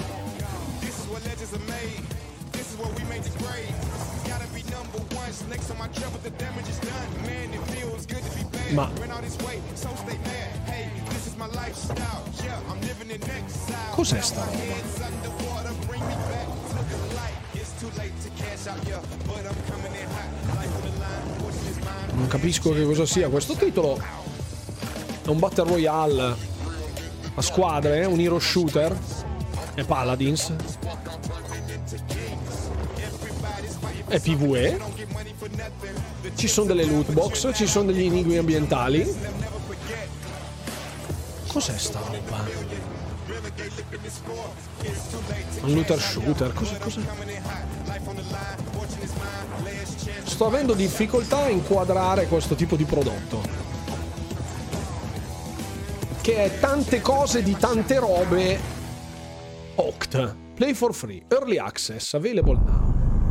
Ma cos'è sta roba? Non capisco che cosa sia questo titolo. È un Battle Royale a squadre, un hero shooter. È Paladins. È P V E. Ci sono delle loot box, ci sono degli enigmi ambientali. Cos'è sta roba? Un looter shooter, cos'è? cos'è? Sto avendo difficoltà a inquadrare questo tipo di prodotto, che è tante cose di tante robe. Oct, play for free, early access, available now.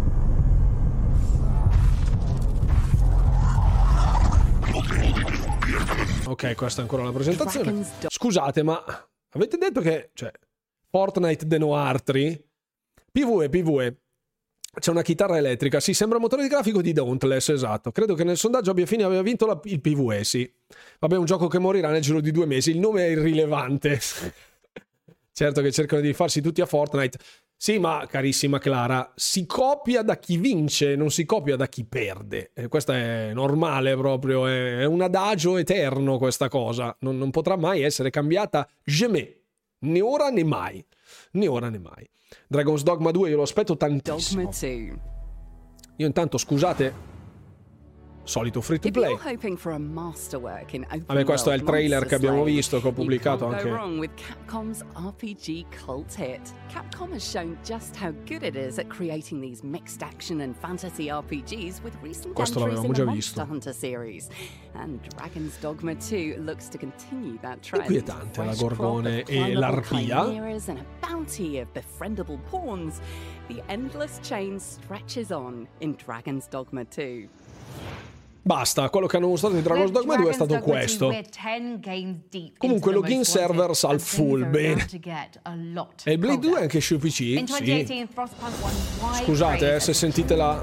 Ok, questa è ancora la presentazione. Scusate, ma avete detto che, cioè, Fortnite The Noir tre, P V E, P V E, c'è una chitarra elettrica, sì, sembra un motore di grafico di Dauntless, esatto. Credo che nel sondaggio abbia fine aveva vinto la, il P V E, sì. Vabbè, è un gioco che morirà nel giro di due mesi, il nome è irrilevante. Certo che cercano di farsi tutti a Fortnite. Sì, ma carissima Clara, si copia da chi vince, non si copia da chi perde. E questo è normale proprio, è un adagio eterno questa cosa. Non, non potrà mai essere cambiata jamais. Né ora né mai. Né ora né mai. Dragon's Dogma due io lo aspetto tantissimo. Io intanto, scusate, solito free to play. Vabbè, questo è il trailer che abbiamo visto, che ho pubblicato anche. Capcom's R P G cult hit. Capcom has shown just how good it is at creating these mixed action and fantasy R P Gs with recent questo entries in già the visto. Monster Hunter series. And Dragon's Dogma two looks to continue that trend. Inquietante la Gorgone e l'arpia. And a bounty of befriendable pawns. The endless chain stretches on in Dragon's Dogma two. Basta, quello che hanno mostrato di Dragon's Dogma due è stato questo. Comunque login servers al full, bene. E il Blade due è anche su P C? Sì. Scusate eh, se sentite la...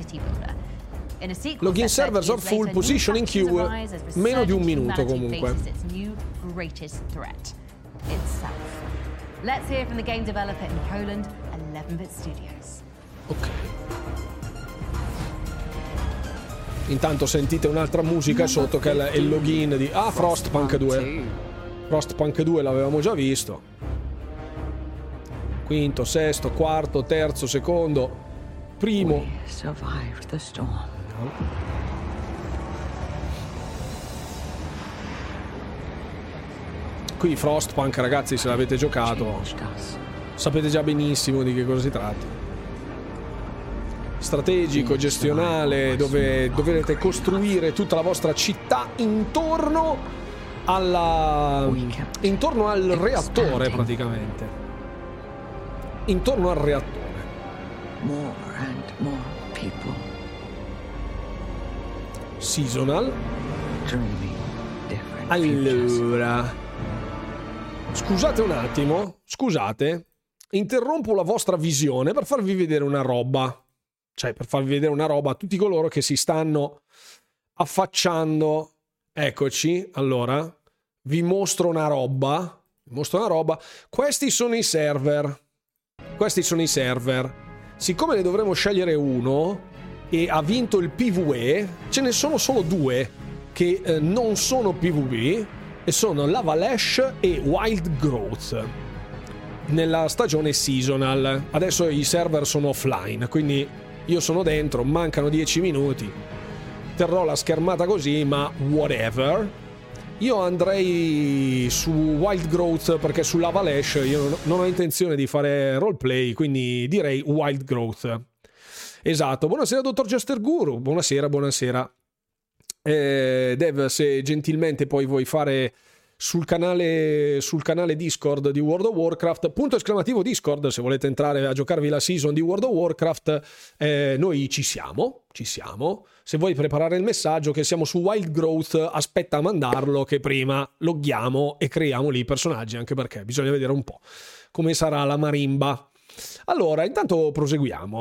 Login servers al full, position in queue, meno di un minuto comunque. Ok. Intanto sentite un'altra musica sotto che è il login di... Ah, Frostpunk due. Frostpunk due l'avevamo già visto. Quinto, sesto, quarto, terzo, secondo, primo. Qui Frostpunk, ragazzi, se l'avete giocato, sapete già benissimo di che cosa si tratta. Strategico, gestionale, dove dovrete costruire tutta la vostra città intorno alla intorno al reattore, praticamente. Intorno al reattore. Seasonal. Allora, scusate un attimo, scusate, interrompo la vostra visione per farvi vedere una roba. Cioè, per farvi vedere una roba a tutti coloro che si stanno affacciando. Eccoci, allora, vi mostro una roba. Vi mostro una roba. Questi sono i server. Questi sono i server. Siccome ne dovremo scegliere uno e ha vinto il P V E, ce ne sono solo due che eh, non sono P V P e sono Lavalash e Wild Growth. Nella stagione seasonal. Adesso i server sono offline, quindi io sono dentro, mancano dieci minuti, terrò la schermata così, ma whatever. Io andrei su Wild Growth perché su Lavalash io non ho intenzione di fare roleplay, quindi direi Wild Growth. Esatto, buonasera dottor Jester Guru, buonasera, buonasera. Eh, Dev, se gentilmente poi vuoi fare... Sul canale, sul canale Discord di World of Warcraft, punto esclamativo Discord, se volete entrare a giocarvi la season di World of Warcraft, eh, noi ci siamo, ci siamo. Se vuoi preparare il messaggio che siamo su Wild Growth, aspetta a mandarlo che prima loghiamo e creiamo lì i personaggi, anche perché bisogna vedere un po' come sarà la marimba. Allora, intanto proseguiamo.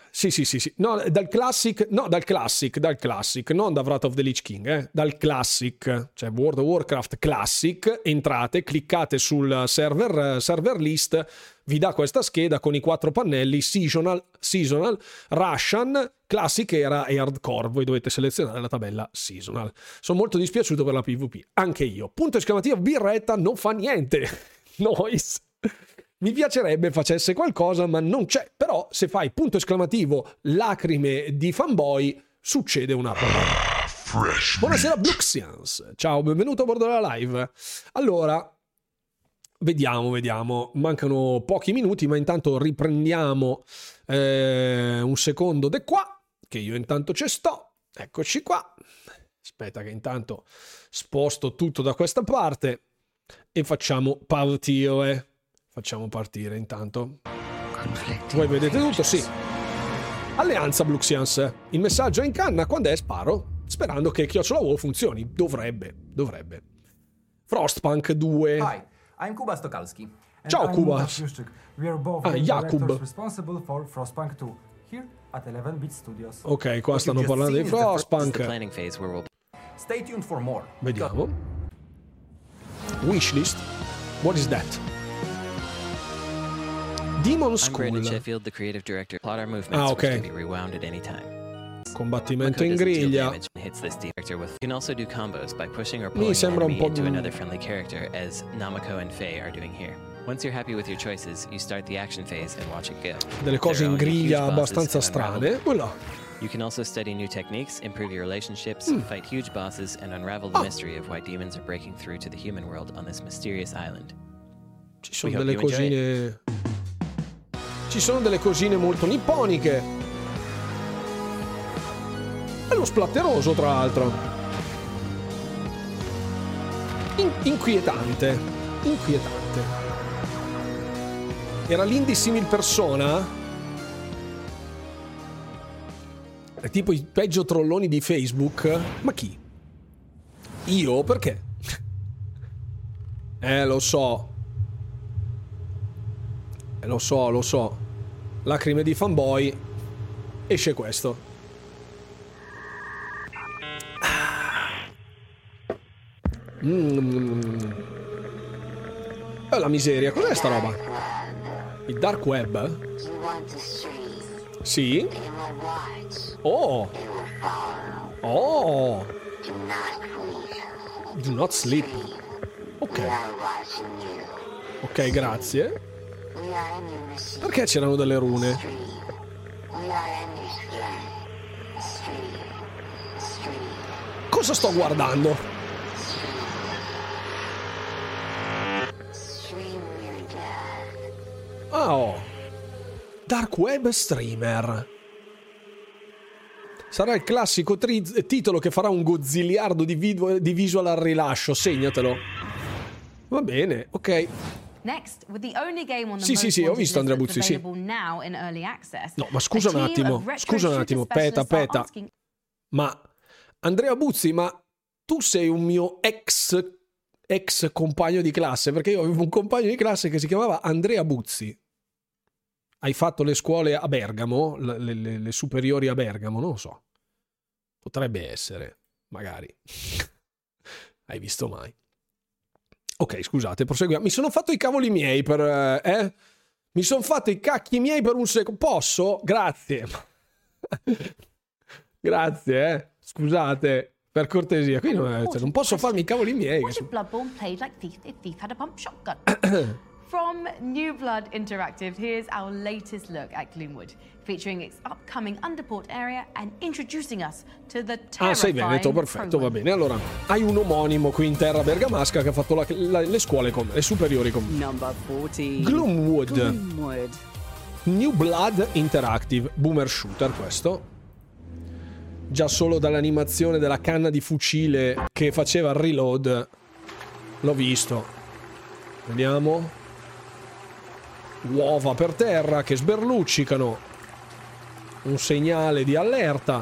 Sì, sì, sì, sì. No, dal classic, no, dal classic, dal classic, non da Wrath of the Lich King, eh. Dal classic, cioè World of Warcraft Classic, entrate, cliccate sul server, server list, vi dà questa scheda con i quattro pannelli, seasonal, seasonal, Russian, Classic era e Hardcore, voi dovete selezionare la tabella seasonal. Sono molto dispiaciuto per la PvP, anche io. Punto esclamativo, birretta non fa niente. Noise. Mi piacerebbe facesse qualcosa, ma non c'è. Però se fai punto esclamativo lacrime di fanboy, succede una roba. Buonasera Bluxians. Ciao, benvenuto a bordo della live. Allora, vediamo, vediamo. Mancano pochi minuti, ma intanto riprendiamo eh, un secondo de qua, che io intanto ci sto. Eccoci qua. Aspetta che intanto sposto tutto da questa parte e facciamo partire. Facciamo partire intanto. Voi vedete tutto? Sì. Alleanza Bluxians. Il messaggio è in canna, quando è sparo. Sperando che Chiocciola WoW funzioni. Dovrebbe, dovrebbe. Frostpunk due. Hi, I'm Kuba Stokalski. Ciao Kuba. We are both ah, Jakub. Responsible for Frostpunk due here at eleven bit Studios. Ok, qua stanno parlando di Frostpunk. Stay tuned for more. Vediamo. Wishlist. What is that? Demon School. I'm Brandon Sheffield, the creative director. Plot our movements, ah, okay. which can be rewound at any time. Combattimento in griglia. Hits this character with. You can also do combos by pushing or pulling Mi sembra an un po' enemy into another friendly character, as Namako and Faye are doing here. Once you're happy with your choices, you start the action phase and watch it go. Delle cose in griglia abbastanza strane. Voilà. You can also study new techniques, improve your relationships, mm. fight huge bosses, and unravel the oh. mystery of why demons are breaking through to the human world on this mysterious island. Ci sono delle cosine. Ci sono delle cosine molto nipponiche. È lo splatteroso, tra l'altro. In- inquietante. Inquietante. Era l'indie simil persona. È tipo i peggio trolloni di Facebook. Ma chi? Io? Perché? Eh, lo so. Eh, lo so, lo so. Lacrime di fanboy. Esce questo. Mm. Oh, la miseria. Cos'è sta roba? Il dark web? Sì. Oh. Oh. Do not sleep. Ok. Ok, grazie. Perché c'erano delle rune? Cosa sto guardando? Ah, oh. Dark Web Streamer. Sarà il classico tri- titolo che farà un gozziliardo di, vid- di visual al rilascio. Segnatelo. Va bene, ok. Next, with the only game on the sì, sì, sì, ho visto Andrea Buzzi, sì. No, ma scusa un attimo, scusa un attimo, peta, peta. Ma Andrea Buzzi, ma tu sei un mio ex ex compagno di classe, perché io avevo un compagno di classe che si chiamava Andrea Buzzi. Hai fatto le scuole a Bergamo, le, le, le superiori a Bergamo, non lo so. Potrebbe essere, magari. Hai visto mai? Ok, scusate, proseguiamo. Mi sono fatto i cavoli miei per... Eh? Mi sono fatto i cacchi miei per un secondo. Posso? Grazie. Grazie, eh. Scusate, per cortesia. Qui non, cioè, non posso farmi i cavoli miei. What if Bloodborne played like Thief if Thief had a pump shotgun? From New Blood Interactive, here's our latest look at Gloomwood, featuring its upcoming Underport area and introducing us to the terrifying... Ah, sei veneto, perfetto, va bene. Allora, hai un omonimo qui in terra bergamasca che ha fatto la, la, le scuole con le superiori con Number forty. Gloomwood. Gloomwood. New Blood Interactive, boomer shooter questo. Già solo dall'animazione della canna di fucile che faceva il reload l'ho visto. Vediamo. Uova per terra che sberluccicano, un segnale di allerta.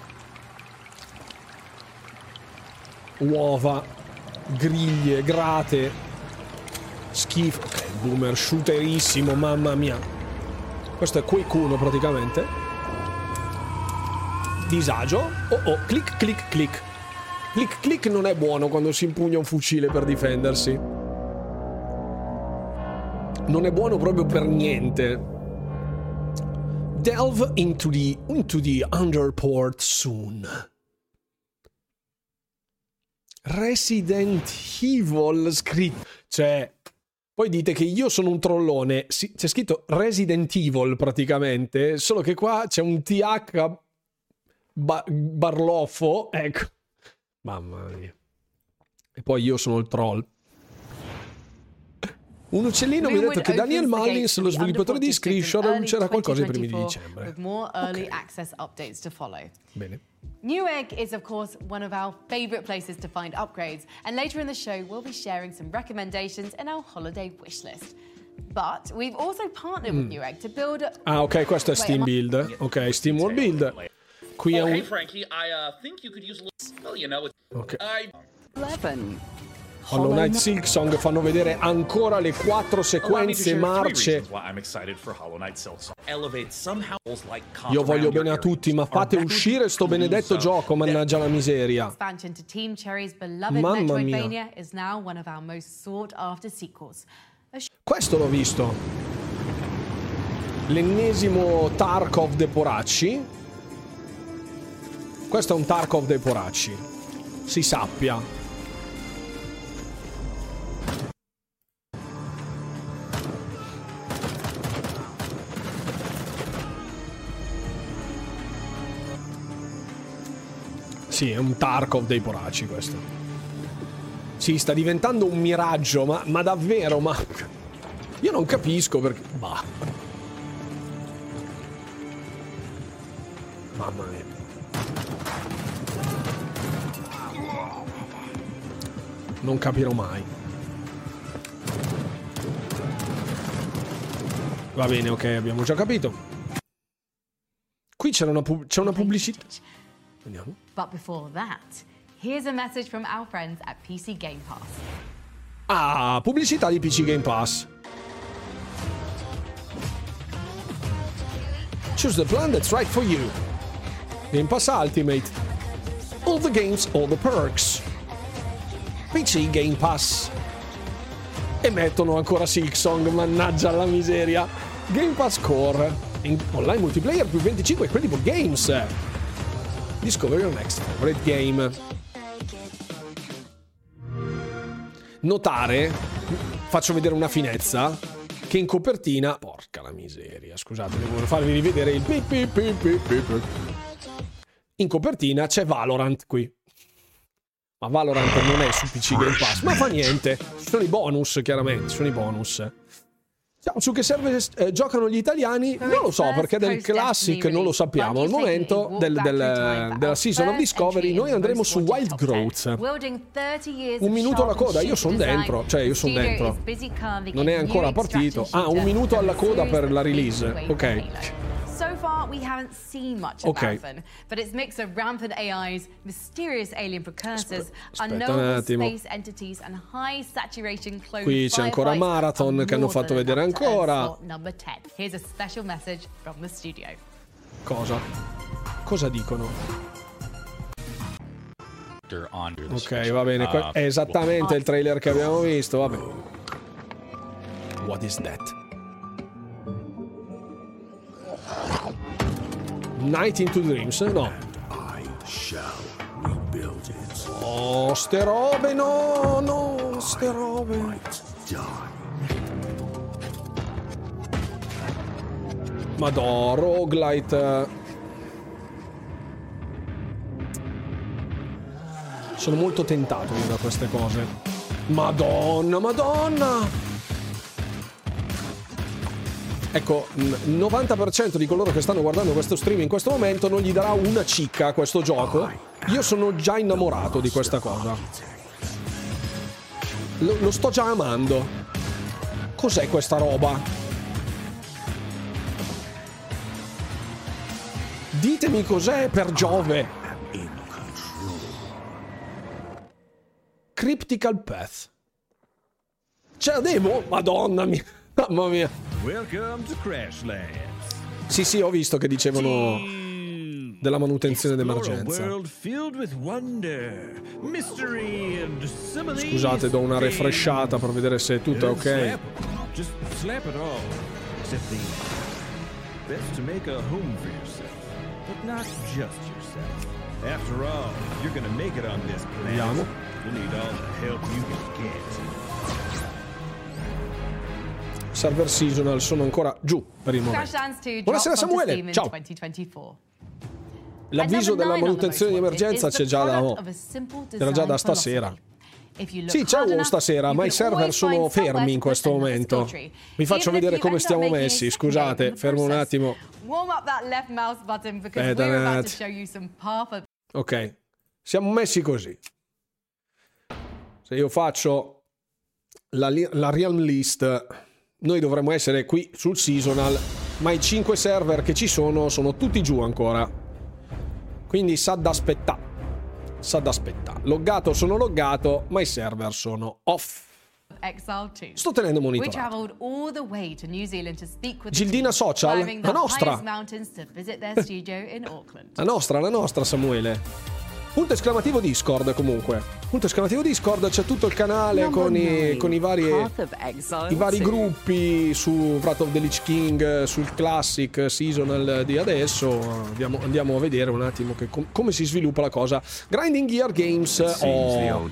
Uova, griglie, grate, schifo. Ok, boomer shooterissimo, mamma mia. Questo è Quake uno praticamente. Disagio. Oh oh, clic clic clic. Clic clic non è buono quando si impugna un fucile per difendersi. Non è buono proprio per niente. Delve into the, into the underport soon. Resident Evil scritto. Cioè, poi dite che io sono un trollone. Sì, c'è scritto Resident Evil praticamente, solo che qua c'è un T H ba- barloffo. Ecco. Mamma mia. E poi io sono il troll. Un uccellino mi ha detto che Daniel Mullins, lo sviluppatore di Screenshot, annuncerà qualcosa ai primi di dicembre. Okay. Bene. Newegg is, of course, one of our favorite places to find upgrades, and later in the show, we'll be sharing some recommendations in our holiday wish list. But we've also partnered with Newegg to build. Ah, ok, questo è Steam Build. Ok, Steam World Build. Qui è un. Hey, Frankie, I uh, think you could use a little. Well, you know, Ok. I. eleven. Hollow Knight Silksong fanno vedere ancora le quattro sequenze marce. Io voglio bene a tutti, ma fate uscire sto benedetto gioco, mannaggia la miseria. Mamma mia. Questo l'ho visto. L'ennesimo Tarkov dei poracci. Questo è un Tarkov dei poracci. Si sappia. Sì, è un Tarkov dei poracci questo. Sì, sta diventando un miraggio, ma, ma davvero, ma... Io non capisco perché... Bah. Mamma mia. Non capirò mai. Va bene, ok, abbiamo già capito. Qui c'era una, pub- c'è una pubblicità. Andiamo. But before that, here's a message from our friends at P C Game Pass. Ah, pubblicità di P C Game Pass. Choose the plan that's right for you. Game Pass Ultimate. All the games, all the perks. P C Game Pass. E mettono ancora Silksong, mannaggia la miseria. Game Pass Core. In online multiplayer più venticinque Credible Games. Discover your next favorite game. Notare, faccio vedere una finezza, che in copertina, porca la miseria, scusate, devo farvi rivedere il pip pip pip pip pip. In copertina c'è Valorant qui. Ma Valorant non è su P C Game Pass, ma fa niente. Ci sono i bonus, chiaramente, ci sono i bonus. Su che server eh, giocano gli italiani? Non lo so, perché del Classic non lo sappiamo. Al momento del, del, della Season of Discovery noi andremo su Wild Growth. Un minuto alla coda, io sono dentro. Cioè, io sono dentro. Non è ancora partito. Ah, un minuto alla coda per la release. Ok. So far, we haven't seen much of Marathon, but its mix of rampant A Is, mysterious alien precursors, unknown space entities, and high saturation clone Qui c'è ancora Marathon che hanno fatto vedere ancora. Here's a special message from the studio. Cosa? Cosa dicono? Ok, va bene, è esattamente il trailer che abbiamo visto, vabbè. What is that? Night into Dreams? No. Oh, ste robe, no, no, ste robe. Madò, roguelite. Sono molto tentato io da queste cose. Madonna, madonna. Ecco, il novanta per cento di coloro che stanno guardando questo stream in questo momento non gli darà una cicca a questo gioco. Io sono già innamorato di questa cosa. Lo, lo sto già amando. Cos'è questa roba? Ditemi cos'è, per Giove. Cryptical Path. C'è la demo? Madonna mia. Mamma mia. Welcome to Crashlands. Sì, sì, ho visto che dicevano della manutenzione d'emergenza. Scusate, do una refreshata per vedere se tutto è ok. Best to make a home for yourself, but not just yourself. After all, if you're gonna make it on this planet, you need all the help you can get. Server seasonal sono ancora giù per il momento. Buonasera Samuele, ciao. L'avviso della manutenzione di emergenza c'è già da oh. Era già da stasera. Sì, c'è uno stasera, ma i server sono fermi in questo momento. Vi faccio vedere come stiamo messi, scusate, fermo un attimo. Aspetta un attimo. Ok, siamo messi così. Se io faccio la, la Realm List, noi dovremmo essere qui sul seasonal, ma i cinque server che ci sono sono tutti giù ancora. Quindi sa d'aspettare. Sa d'aspetta. Loggato sono loggato, ma i server sono off. Sto tenendo monitorato. Gildina Social, la nostra. La nostra, la nostra Samuele. Punto esclamativo Discord comunque. Punto esclamativo Discord, c'è tutto il canale con i, con i vari i vari gruppi su Wrath of the Lich King, sul Classic Seasonal di adesso. Andiamo, andiamo a vedere un attimo che, com, come si sviluppa la cosa. Grinding Gear Games. Oh.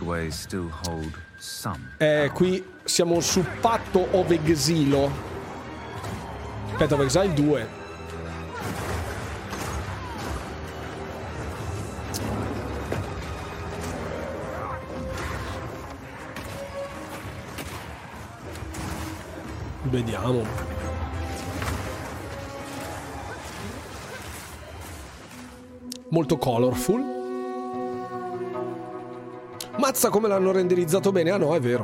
Eh, qui siamo su Path of Exile. Path of Exile due. Vediamo. Molto colorful. Mazza come l'hanno renderizzato bene. Ah no, è vero.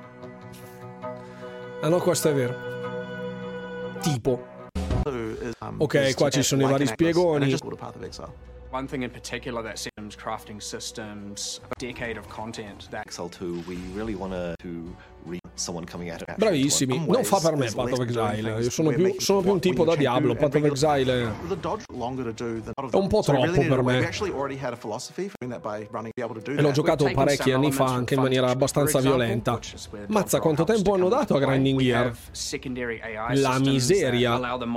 Ah no, questo è vero. Tipo. Ok, qua ci sono i vari spiegoni. One thing in particular that Systems Crafting Systems, a decade of content that Excel two, we really want to read someone coming at it. Bravissimi, non fa per me Path of Exile. Io sono più, sono più un tipo da Diablo. Path of Exile è un po' troppo per me. E l'ho giocato parecchi anni fa, anche in maniera abbastanza violenta. Mazza, quanto tempo hanno dato a Grinding Gear? La miseria.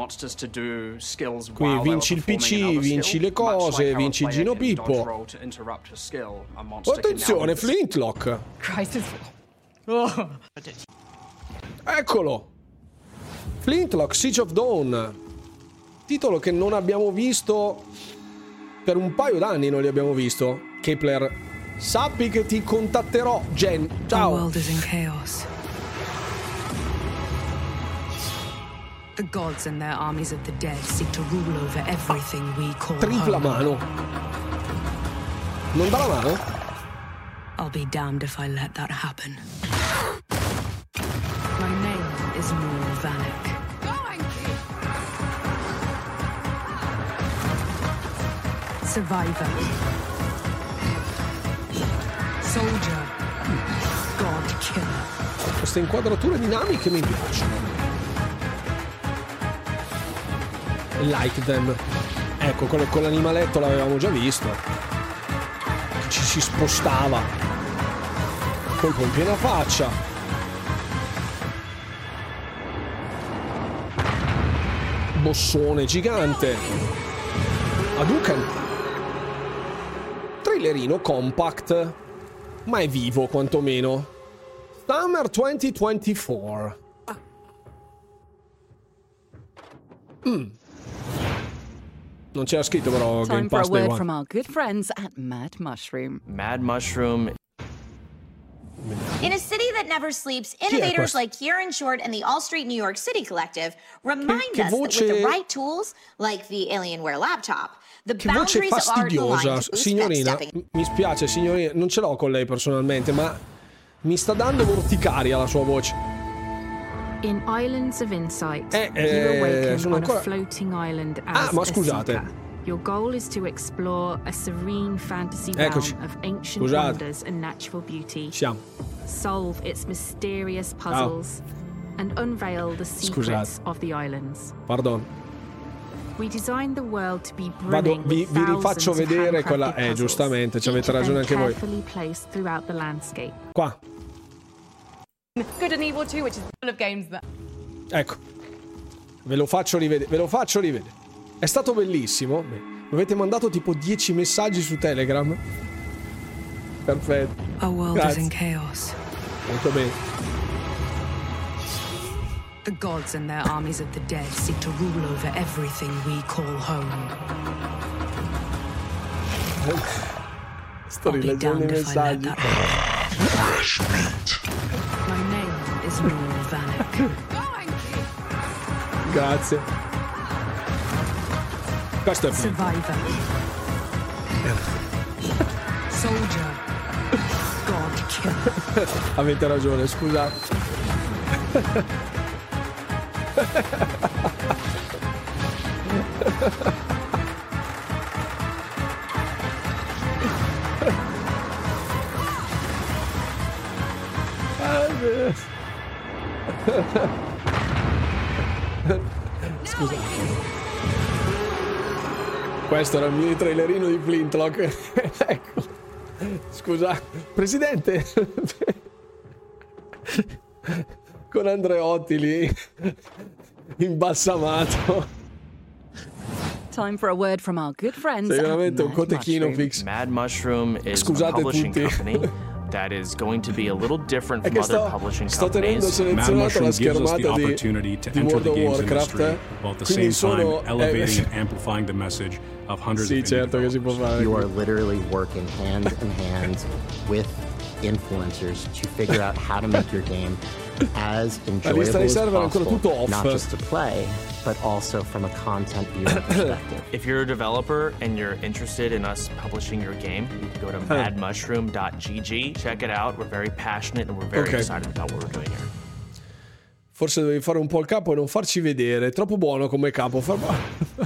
Qui vinci il P C, vinci le cose, vinci il Gino Pippo. Attenzione, Flintlock. Oh. Eccolo, Flintlock Siege of Dawn, titolo che non abbiamo visto per un paio d'anni, non li abbiamo visto. Kepler, sappi che ti contatterò, Jen. Ciao. The world is in chaos. The gods and their armies of the dead seek to rule over everything we call tripla mano. Non dà la mano? I'll be damned if I let that happen. My name is Noor Vanek. Survivor. Soldier. God killer. Queste inquadrature dinamiche mi piacciono. Like them. Ecco, quello con l'animaletto l'avevamo già visto. Ci si spostava. Colpo in piena faccia. Bossone gigante. Hadouken. Trailerino compact, ma è vivo quantomeno. Summer duemilaventiquattro. Mm. Non c'era scritto però Game Pass Day One. From our good friends at Mad Mushroom. Mad Mushroom. In a city that never sleeps, innovators like Kieran Short and the All Street New York City Collective remind che us voce... that with the right tools, like the Alienware laptop, the che voce boundaries of art fastidiosa, align to boost signorina. step-stepping. Mi spiace, signorina, non ce l'ho con lei personalmente, ma mi sta dando l'orticaria la sua voce. In Islands of Insight, eh, eh, you awaken sono on ancora... a floating island Ah, as ma a scusate. seeker. Your goal is to explore a serene fantasy realm Eccoci. of ancient Scusate. wonders and natural beauty. Siamo. Solve its mysterious puzzles and unveil the secrets Scusate. of the islands. Pardon. We designed the world to be Vado, brimming vi, with vi rifaccio thousands of vedere handcrafted quella. Eh, puzzles, giustamente, ci each avete of them ragione anche voi. carefully placed throughout the landscape. Qua. Good and Evil two, which is full of games that... Ecco. Ve lo faccio rivedere. Ve lo faccio rivedere. È stato bellissimo. Beh, mi avete mandato tipo dieci messaggi su Telegram. Perfetto. Our world Grazie. is in chaos. Molto bene. The gods and their armies of the dead seek to rule over everything we call home. Sto I'll be rileggendo i damned if I let messaggi. that happen. My name is Noor Vanek. Grazie. Questo è Survivor. Soldier. God killer. Avete ragione, scusate. Scusa. Questo era il mini trailerino di Flintlock. Ecco. Scusa, presidente. Con Andreotti lì imbalsamato. Time for a word from our good friends. Sei veramente un Mad cotechino Mushroom. fix. Mad Mushroom is Scusate a publishing tutti. company that is going to be a little different È from che other sto, publishing sto tenendo companies. selezionata la Mad Mushroom gives us the schermata di, opportunity to di enter World the of games Warcraft. industry while at the Quindi same sono time elevating eh, and amplifying the message of hundreds sì, of indie certo che si può fare. You are literally working hand in hand with influencers to figure out how to make your game as La lista enjoyable dei as server è ancora possible, tutto off. not just to play, but also from a content viewing perspective. If you're a developer and you're interested in us publishing your game, you can go to mad mushroom dot g g. Check it out. We're very passionate and we're very Okay. excited about what we're doing here. Forse dovevi fare un po' il capo e non farci vedere. È troppo buono come capo. Fa-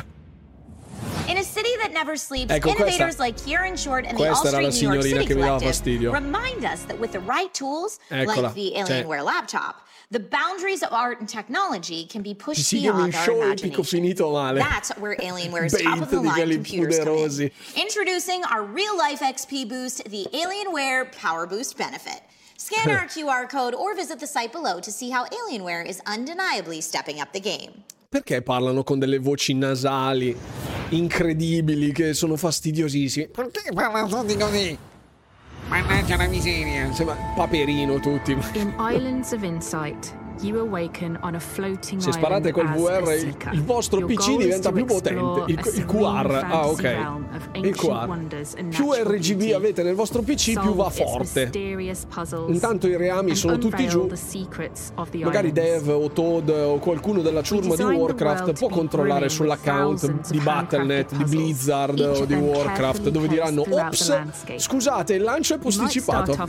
In a city that never sleeps, Ecco, innovators questa- like Kieran Short and the questa era la All-Street New York signorina City che mi dava Collective fastidio. remind us that with the right tools, Eccola, like the cioè- Alienware laptop, the boundaries of art and technology can be pushed Ci beyond Gaming our Show e picco imagination. finito male. That's where Alienware's Bait di top-of-the-line quelli computers come in. poderosi. Introducing our real-life X P boost, the Alienware Power Boost Benefit. Scan our Q R code or visit the site below to see how Alienware is undeniably stepping up the game. Perché parlano con delle voci nasali incredibili che sono fastidiosissime? Perché parlano tutti così? Mannaggia la miseria. Sembra Paperino tutti. In Islands of Insight, you awaken on a floating Se island sparate col as V a R il, seeker. il vostro Your P C goal is diventa to più explore potente. Il, a il serene Q R. Ah, fantasy ok. realm of Il ancient Q R. wonders and Più natural R G B beauty. avete nel vostro P C, più va Solve its forte. mysterious puzzles Intanto i reami and sono tutti unveil giù. the secrets of the Magari islands. Dev o Toad o qualcuno della ciurma di Warcraft può controllare sull'account di Battle punto net, di Blizzard o di Warcraft, dove diranno ops, scusate, il lancio è posticipato.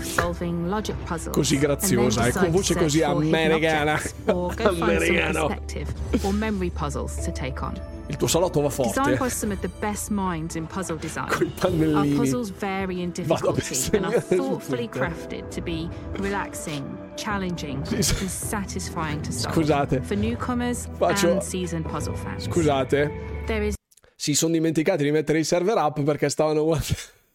Così graziosa, e con voce così americana. Americano. Or memory puzzles to take on. Il tuo salotto va Designed forte. by some of the best minds in puzzle design, Coi pannellini. our puzzles vary in Vado a difficulty and are bestemmiare su thoughtfully Twitter. crafted to be relaxing, challenging, Sì, sì. and satisfying to solve. Scusate. For newcomers Faccio- and seasoned puzzle fans. Scusate. There is Si sono dimenticati di mettere i server up perché stavano guardando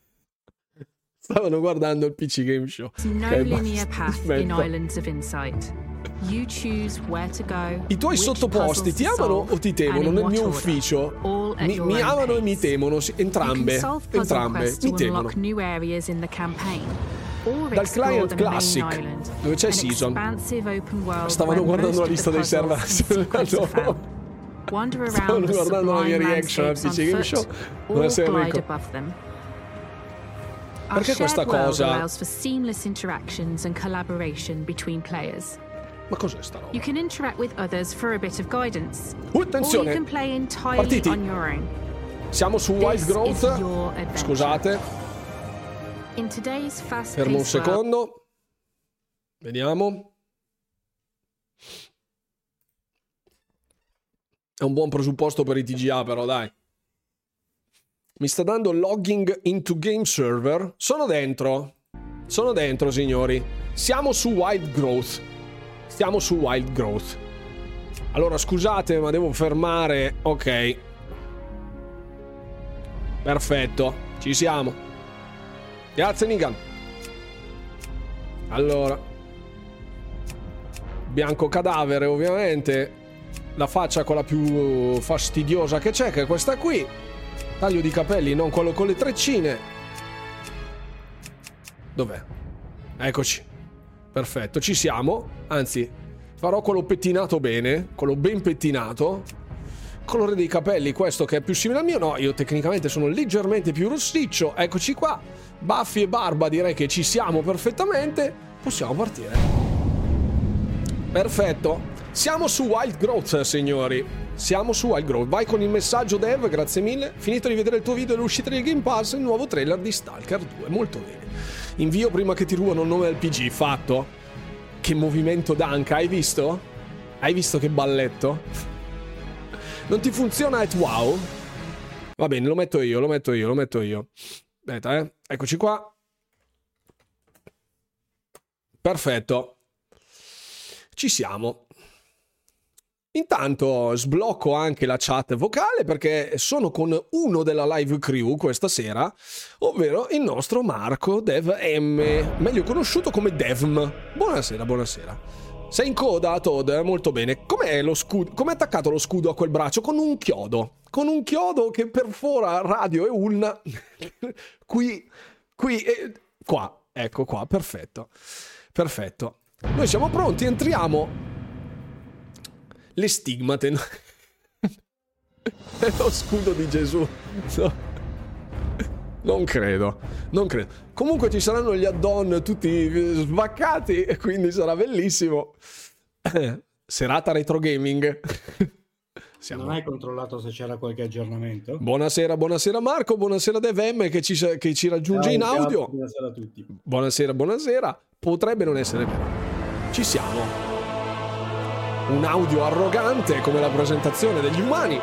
stavano guardando il P C Game Show. no Ok, linear basta, path in smetto. Islands of Insight. You choose where to go. I tuoi which sottoposti puzzles ti to amano solve, o ti and temono in nel what mio order. ufficio? All at Mi, your mi own amano e pace. mi temono, sì, You entrambe. can solve puzzle Entrambe quests mi to temono. unlock new areas in the campaign. Or Dal explore client the main classic, island, dove c'è an season. expansive open world Stavano where guardando most la lista of the dei server. puzzles and secrets are found. Wander around Stavano the guardando la mia sublime reaction al landscapes P C on Game foot, Show. or Buonasera glide Enrico. above them. Our Perché questa shared world cosa? allows for seamless interactions and collaboration between players. Ma cos'è sta roba? You can interact with others for a bit of guidance, Uh, or attenzione. you can play entirely Partiti. on your own. Siamo su Wild This Growth. is your adventure. Scusate, In today's fermo un fast-paced world, secondo. Vediamo. È un buon presupposto per i T G A, però, dai. Mi sta dando logging into game server. Sono dentro. Sono dentro, signori. Siamo su Wild Growth. Siamo su Wild Growth. Allora, scusate, ma devo fermare. Ok. Perfetto, ci siamo. Grazie Nigan. Allora, bianco cadavere ovviamente. La faccia quella più fastidiosa che c'è, che è questa qui. Taglio di capelli, non quello con le treccine. Dov'è? Eccoci. Perfetto, ci siamo. Anzi, farò quello pettinato bene, quello ben pettinato. Colore dei capelli, questo che è più simile al mio. No, io tecnicamente sono leggermente più rossiccio. Eccoci qua. Baffi e barba, direi che ci siamo perfettamente. Possiamo partire. Perfetto. Siamo su Wild Growth, signori. Siamo su Wild Growth. Vai con il messaggio, Dev, grazie mille. Finito di vedere il tuo video dell'uscita del Game Pass, il nuovo trailer di Stalker due. Molto bene. Invio prima che ti rubano il nome del P G. Fatto. Che movimento d'anca, hai visto? Hai visto che balletto? Non ti funziona at wow? Va bene, lo metto io, lo metto io, lo metto io. Aspetta, eh. Eccoci qua. Perfetto. Ci siamo. Intanto sblocco anche la chat vocale perché sono con uno della live crew questa sera, ovvero il nostro Marco Dev M, meglio conosciuto come Devm. Buonasera, buonasera. Sei in coda, Todd? Molto bene. Com'è lo scudo? Com'è attaccato lo scudo a quel braccio? Con un chiodo. Con un chiodo che perfora radio e ulna. qui, qui e qua. Ecco qua, perfetto. Perfetto. Noi siamo pronti, entriamo. Le stigmate. È lo scudo di Gesù. No. Non credo, non credo. Comunque ci saranno gli add-on tutti svaccati e quindi sarà bellissimo. Serata retro gaming. Siamo... Non hai controllato se c'era qualche aggiornamento? Buonasera, buonasera Marco, buonasera Devm che ci, che ci raggiunge Ciao, in audio. Buonasera a tutti. Buonasera, buonasera. Potrebbe non essere vero. Ci siamo. Un audio arrogante come la presentazione degli umani.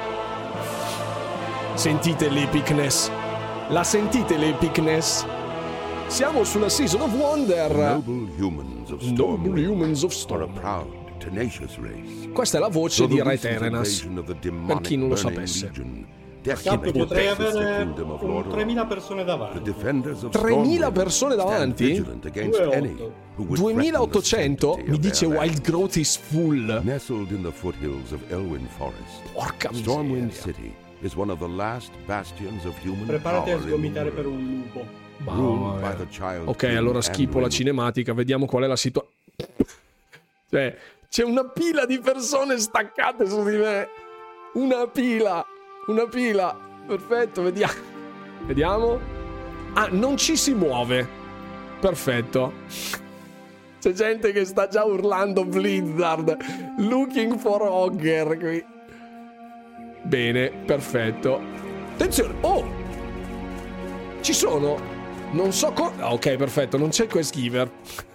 Sentite l'epicness. La sentite l'epicness? Siamo sulla Season of Wonder. Noble humans of Storm. Noble humans of Storm. Are a proud, tenacious race. Questa è la voce di Re Terenas, per chi non lo sapesse. Capo, potrei avere un tremila persone davanti. tremila persone davanti? duemilaottocento? Mi dice Wild Growth is full. Nestled in the foothills of Elwyn Forest. Porca miseria. Stormwind City is one of the last bastions of human Preparati power a sgomitare per un lupo. Bah, ok, allora schipo la cinematica, vediamo qual è la situazione. Cioè, c'è una pila di persone staccate su di me. Una pila, una pila. Perfetto, vediamo. Vediamo. Ah, non ci si muove. Perfetto. C'è gente che sta già urlando Blizzard. Looking for Ogre qui. Bene, perfetto. Attenzione, oh! Ci sono. Non so cosa. Ok, perfetto, non c'è quest giver.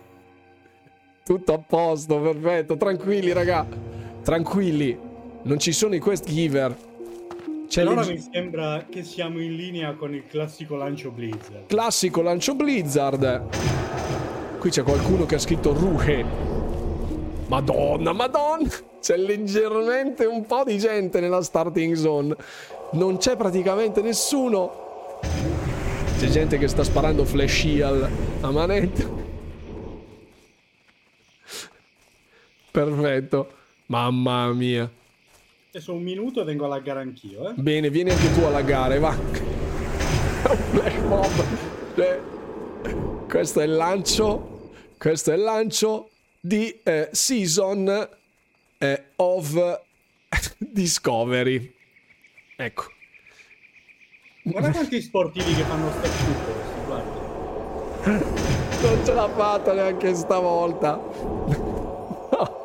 Tutto a posto, perfetto. Tranquilli, raga. Tranquilli. Non ci sono i quest giver. C'è allora le... mi sembra che siamo in linea con il classico lancio Blizzard. Classico lancio Blizzard. Qui c'è qualcuno che ha scritto Ruhe. Madonna, madonna. C'è leggermente un po' di gente nella starting zone. Non c'è praticamente nessuno. C'è gente che sta sparando flash heal a manetta. Perfetto. Mamma mia. Adesso un minuto e vengo a laggare anch'io, eh. Bene, vieni anche tu a laggare, va. Flash mob. Eh. Questo è il lancio. Questo è il lancio di eh, Season eh, of Discovery. Ecco. Guarda quanti sportivi che fanno step guarda. Non ce l'ha fatta neanche stavolta. No.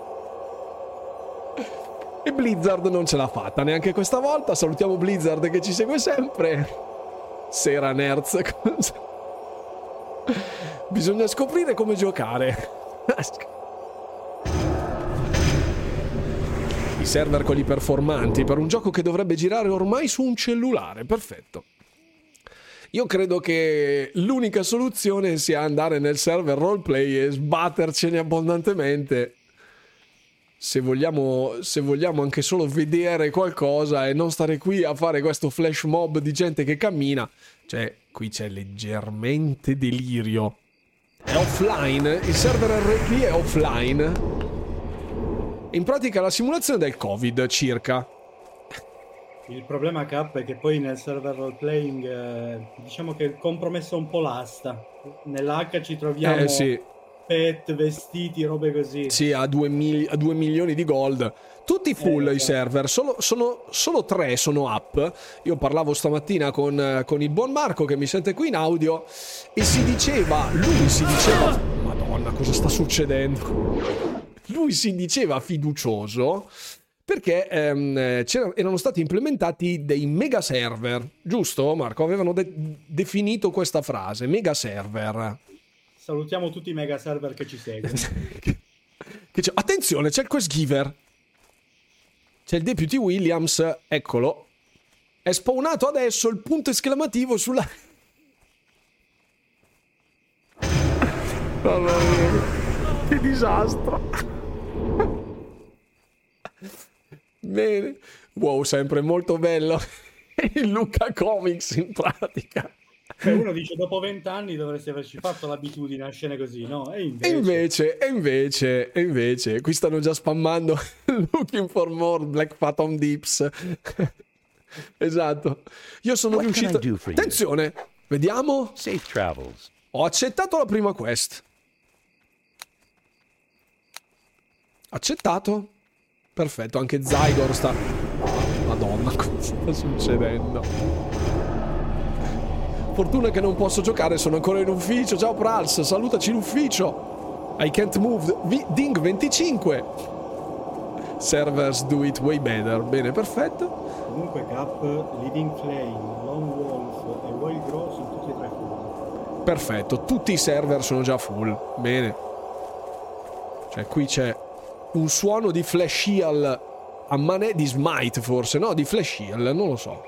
E Blizzard non ce l'ha fatta neanche questa volta. Salutiamo Blizzard che ci segue sempre. Sera nerds. Bisogna scoprire come giocare. I server quelli performanti per un gioco che dovrebbe girare ormai su un cellulare. Perfetto. Io credo che l'unica soluzione sia andare nel server roleplay e sbattercene abbondantemente. se vogliamo, se vogliamo anche solo vedere qualcosa e non stare qui a fare questo flash mob di gente che cammina, cioè qui c'è leggermente delirio. È offline, il server R P è offline. In pratica la simulazione del Covid circa. Il problema K è che poi nel server role playing eh, diciamo che è compromesso un po' l'asta. Nell'H ci troviamo eh, sì. pet, vestiti, robe così. Sì, a due milioni di gold. Tutti full eh, i server, solo, sono, solo tre sono up. Io parlavo stamattina con, con il buon Marco che mi sente qui in audio e si diceva, lui si diceva, Madonna cosa sta succedendo? Lui si diceva fiducioso perché ehm, erano stati implementati dei mega server, giusto Marco? Avevano de- definito questa frase, mega server. Salutiamo tutti i mega server che ci seguono. che c'è, attenzione, c'è il quest giver. C'è il Deputy Williams, eccolo. È spawnato adesso il punto esclamativo sulla... Mamma mia, che disastro. Bene. Wow, sempre molto bello. Il Luca Comics in pratica. Cioè uno dice dopo vent'anni dovresti averci fatto l'abitudine a scene così, no? E invece... E invece, e invece, e invece, qui stanno già spammando Looking for more Black Phantom Dips. Esatto. Io sono What riuscito... Attenzione, vediamo. Safe travels. Ho accettato la prima quest. Accettato. Perfetto, anche Zygor sta... Madonna, cosa sta succedendo? Fortuna che non posso giocare, sono ancora in ufficio. Ciao Prals, salutaci l'ufficio. I can't move. V- Ding venticinque. Servers do it way better. Bene, perfetto. Comunque Cap, Leading Flame, Lone Wolf e Wild Grow sono tutti e tre full. Perfetto, tutti i server sono già full. Bene. Cioè qui c'è un suono di Flash Heal a mane di Smite forse, no? Di Flash Heal, non lo so.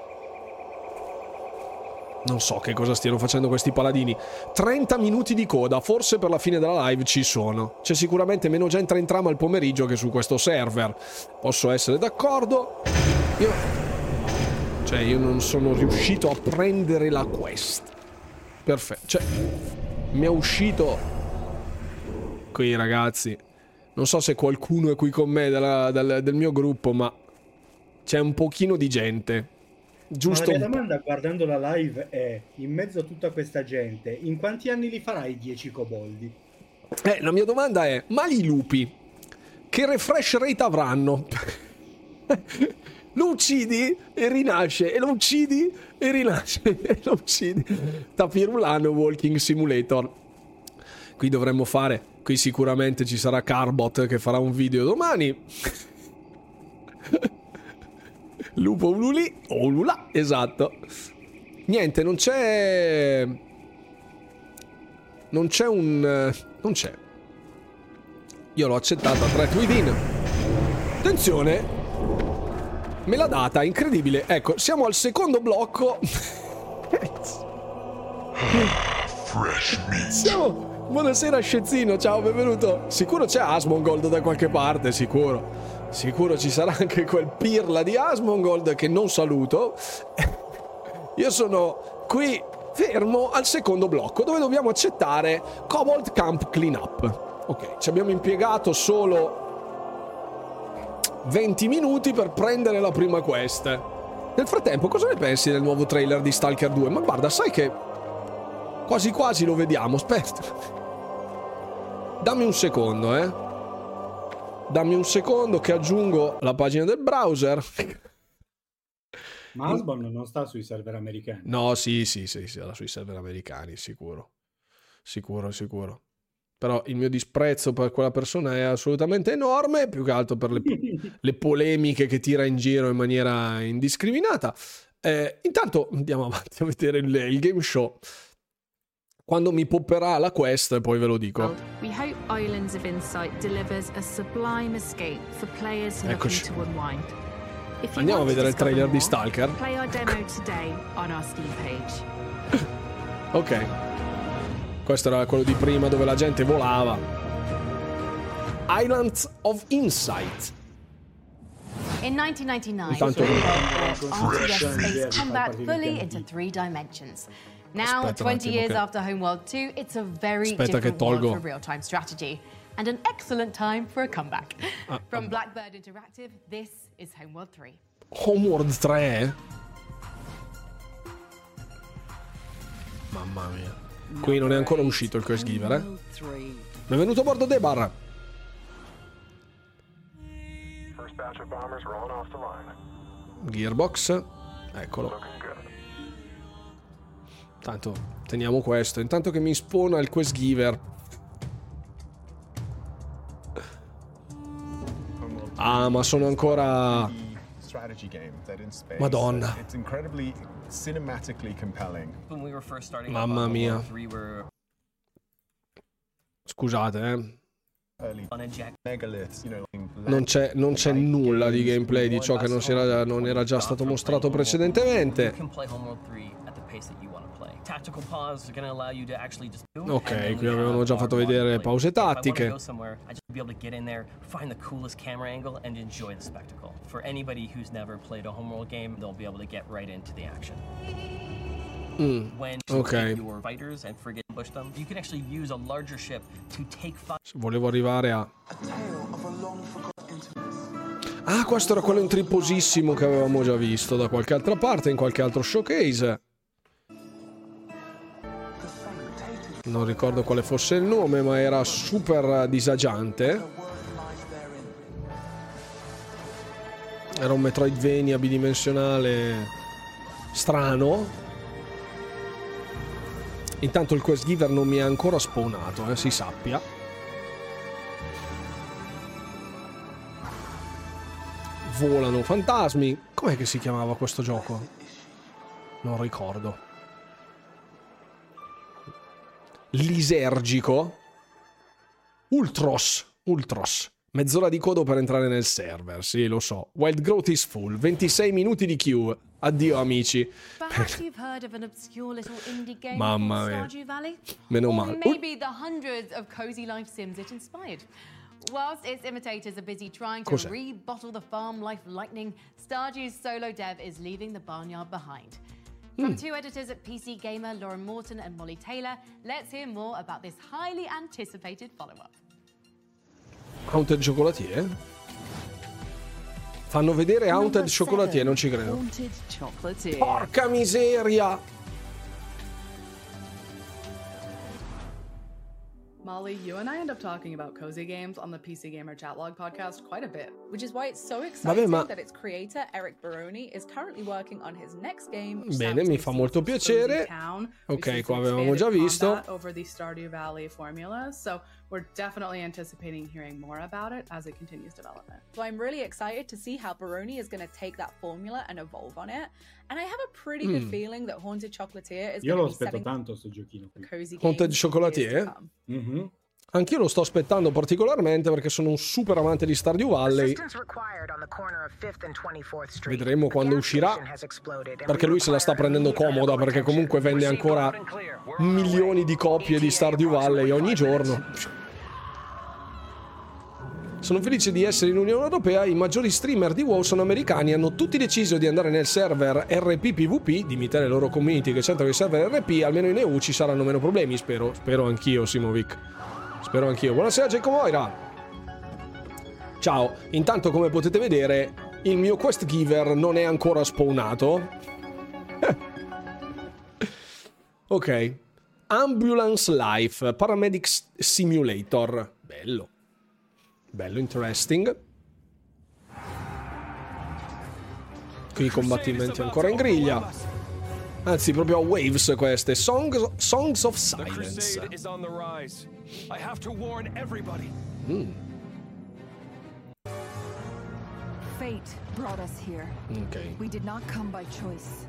Non so che cosa stiano facendo questi paladini. trenta minuti di coda, forse per la fine della live ci sono. C'è sicuramente meno gente in trama al pomeriggio che su questo server. Posso essere d'accordo. Io... Cioè, io non sono riuscito a prendere la quest. Perfetto. Cioè, mi è uscito... Qui, ragazzi. Non so se qualcuno è qui con me della, del, del mio gruppo, ma... C'è un pochino di gente. Giusto. Ma la mia domanda guardando la live è, in mezzo a tutta questa gente, in quanti anni li farai dieci coboldi? Eh, la mia domanda è, ma i lupi che refresh rate avranno? Lo uccidi e rinasce, e lo uccidi e rinasce, e lo uccidi. Tapirulano Walking Simulator. Qui dovremmo fare, qui sicuramente ci sarà Carbot che farà un video domani. Lupo ululi, ulula, esatto. Niente, non c'è... Non c'è un... Non c'è. Io l'ho accettata, threat within. Attenzione. Me l'ha data, incredibile. Ecco, siamo al secondo blocco. Fresh meat. Siamo... Buonasera Scezzino, ciao, benvenuto. Sicuro c'è Asmongold da qualche parte, sicuro. Sicuro ci sarà anche quel pirla di Asmongold che non saluto. Io sono qui fermo al secondo blocco dove dobbiamo accettare Cobalt Camp Cleanup. Ok, ci abbiamo impiegato solo venti minuti per prendere la prima quest. Nel frattempo, cosa ne pensi del nuovo trailer di Stalker due? Ma guarda, sai che quasi quasi lo vediamo. Aspetta. Dammi un secondo, eh. Dammi un secondo che aggiungo la pagina del browser. Ma Asbon non sta sui server americani. No, sì, sì, sì, sì, era sui server americani, sicuro. Sicuro, sicuro. Però il mio disprezzo per quella persona è assolutamente enorme, più che altro per le, le polemiche che tira in giro in maniera indiscriminata. Eh, intanto andiamo avanti a vedere il, il game show. Quando mi popperà la quest, poi ve lo dico. We hope Islands of Insight delivers a sublime escape for players looking to unwind. If you Andiamo a vedere il trailer more, di Stalker. Play our demo today on our Steam page. Ok. Questo era quello di prima dove la gente volava. Islands of Insight. In nineteen ninety-nine, Intanto- R T S Space Combat fully into three dimensions. Now, Aspetta un twenty attimo years che- after Homeworld two, it's a very Aspetta che different world tolgo. for real-time strategy. And an excellent time for a comeback. Ah, From Blackbird Interactive, this is Homeworld three. Homeworld tre? Mamma mia. Qui non è ancora uscito il quest giver, eh? Benvenuto a bordo Debar. Gearbox. Eccolo. Tanto teniamo questo. Intanto che mi spona il quest giver. Ah, ma sono ancora... strategy game set in space. Madonna. It's incredibly cinematically compelling. When we were first starting Mamma mia. we were Scusate, eh. Early megaliths, you know, Non c'è, non c'è nulla di gameplay di ciò che non, si era, non era già stato mostrato precedentemente. You can play Homeworld three at the pace that you want to play. Tactical pause are going to allow you to actually just do. Ok, qui avevano già fatto vedere le pause tattiche. If I want to go somewhere, I just be able to get in there, find the coolest camera angle and enjoy the spectacle. For anybody who's never played a Homeworld game, they'll be able to get right into the action. Mm, When you ok. take your fighters and friggin' ambush them, you can actually use a larger ship to take fire. Volevo arrivare a... Ah, questo era quello intripposissimo che avevamo già visto da qualche altra parte, in qualche altro showcase. Non ricordo quale fosse il nome, ma era super disagiante. Era un Metroidvania bidimensionale strano. Intanto il quest giver non mi ha ancora spawnato, eh, si sappia. Volano fantasmi. Com'è che si chiamava questo gioco? Non ricordo. Lisergico. Ultros. Ultros. Mezz'ora di codo per entrare nel server, sì, lo so. Wild Growth is full. ventisei minuti di queue. Addio, amici. Perhaps you've heard of an obscure little indie game Mamma called mia. Stardew Valley? Meno Or male. maybe the hundreds of cozy life sims it inspired. Whilst its imitators are busy trying to Cos'è? rebottle the farm life lightning, Stardew's solo dev is leaving the barnyard behind. From Mm. two editors at P C Gamer, Lauren Morton and Molly Taylor, let's hear more about this highly anticipated follow-up. Haunted Chocolatier? Fanno vedere Haunted Chocolatier, non ci credo. Haunted Chocolatier. Porca miseria! Molly, you and I end up talking about cozy games on the P C Gamer Chatlog podcast quite a bit, which is why it's so exciting Vabbè, ma- that its creator, Eric Baroni, is currently working on his next game. Bene, mi fa molto piacere. Ok, qua avevamo già visto. Over the Stardew Valley formula, so we're definitely anticipating hearing more about it as it continues development. So I'm really excited to see how Baroni is going to take that formula and evolve on it. And I have a pretty good Mm. feeling that Haunted Chocolatier is Io going lo to be aspetto setting tanto sto giochino qui. cozy Haunted games. Chocolatier? Mhm. Anch'io lo sto aspettando particolarmente perché sono un super amante di Stardew Valley. Vedremo quando uscirà, perché lui se la sta prendendo comoda, perché comunque vende ancora milioni di copie di Stardew Valley ogni giorno. Sono felice di essere in Unione Europea. I maggiori streamer di WoW sono americani. Hanno tutti deciso di andare nel server R P P V P, di imitare le loro community che centrano il server R P. Almeno in E U ci saranno meno problemi. Spero, spero anch'io, Simovic. Spero anch'io. Buonasera, Jacob Moira. Ciao. Intanto, come potete vedere, il mio quest giver non è ancora spawnato. Ok. Ambulance Life, Paramedic Simulator. Bello. Bello, interesting. Qui i combattimenti ancora in griglia. Anzi, proprio a waves queste. Songs, Songs of Silence. Mm. Fate brought us here. Ok. We did not come by choice.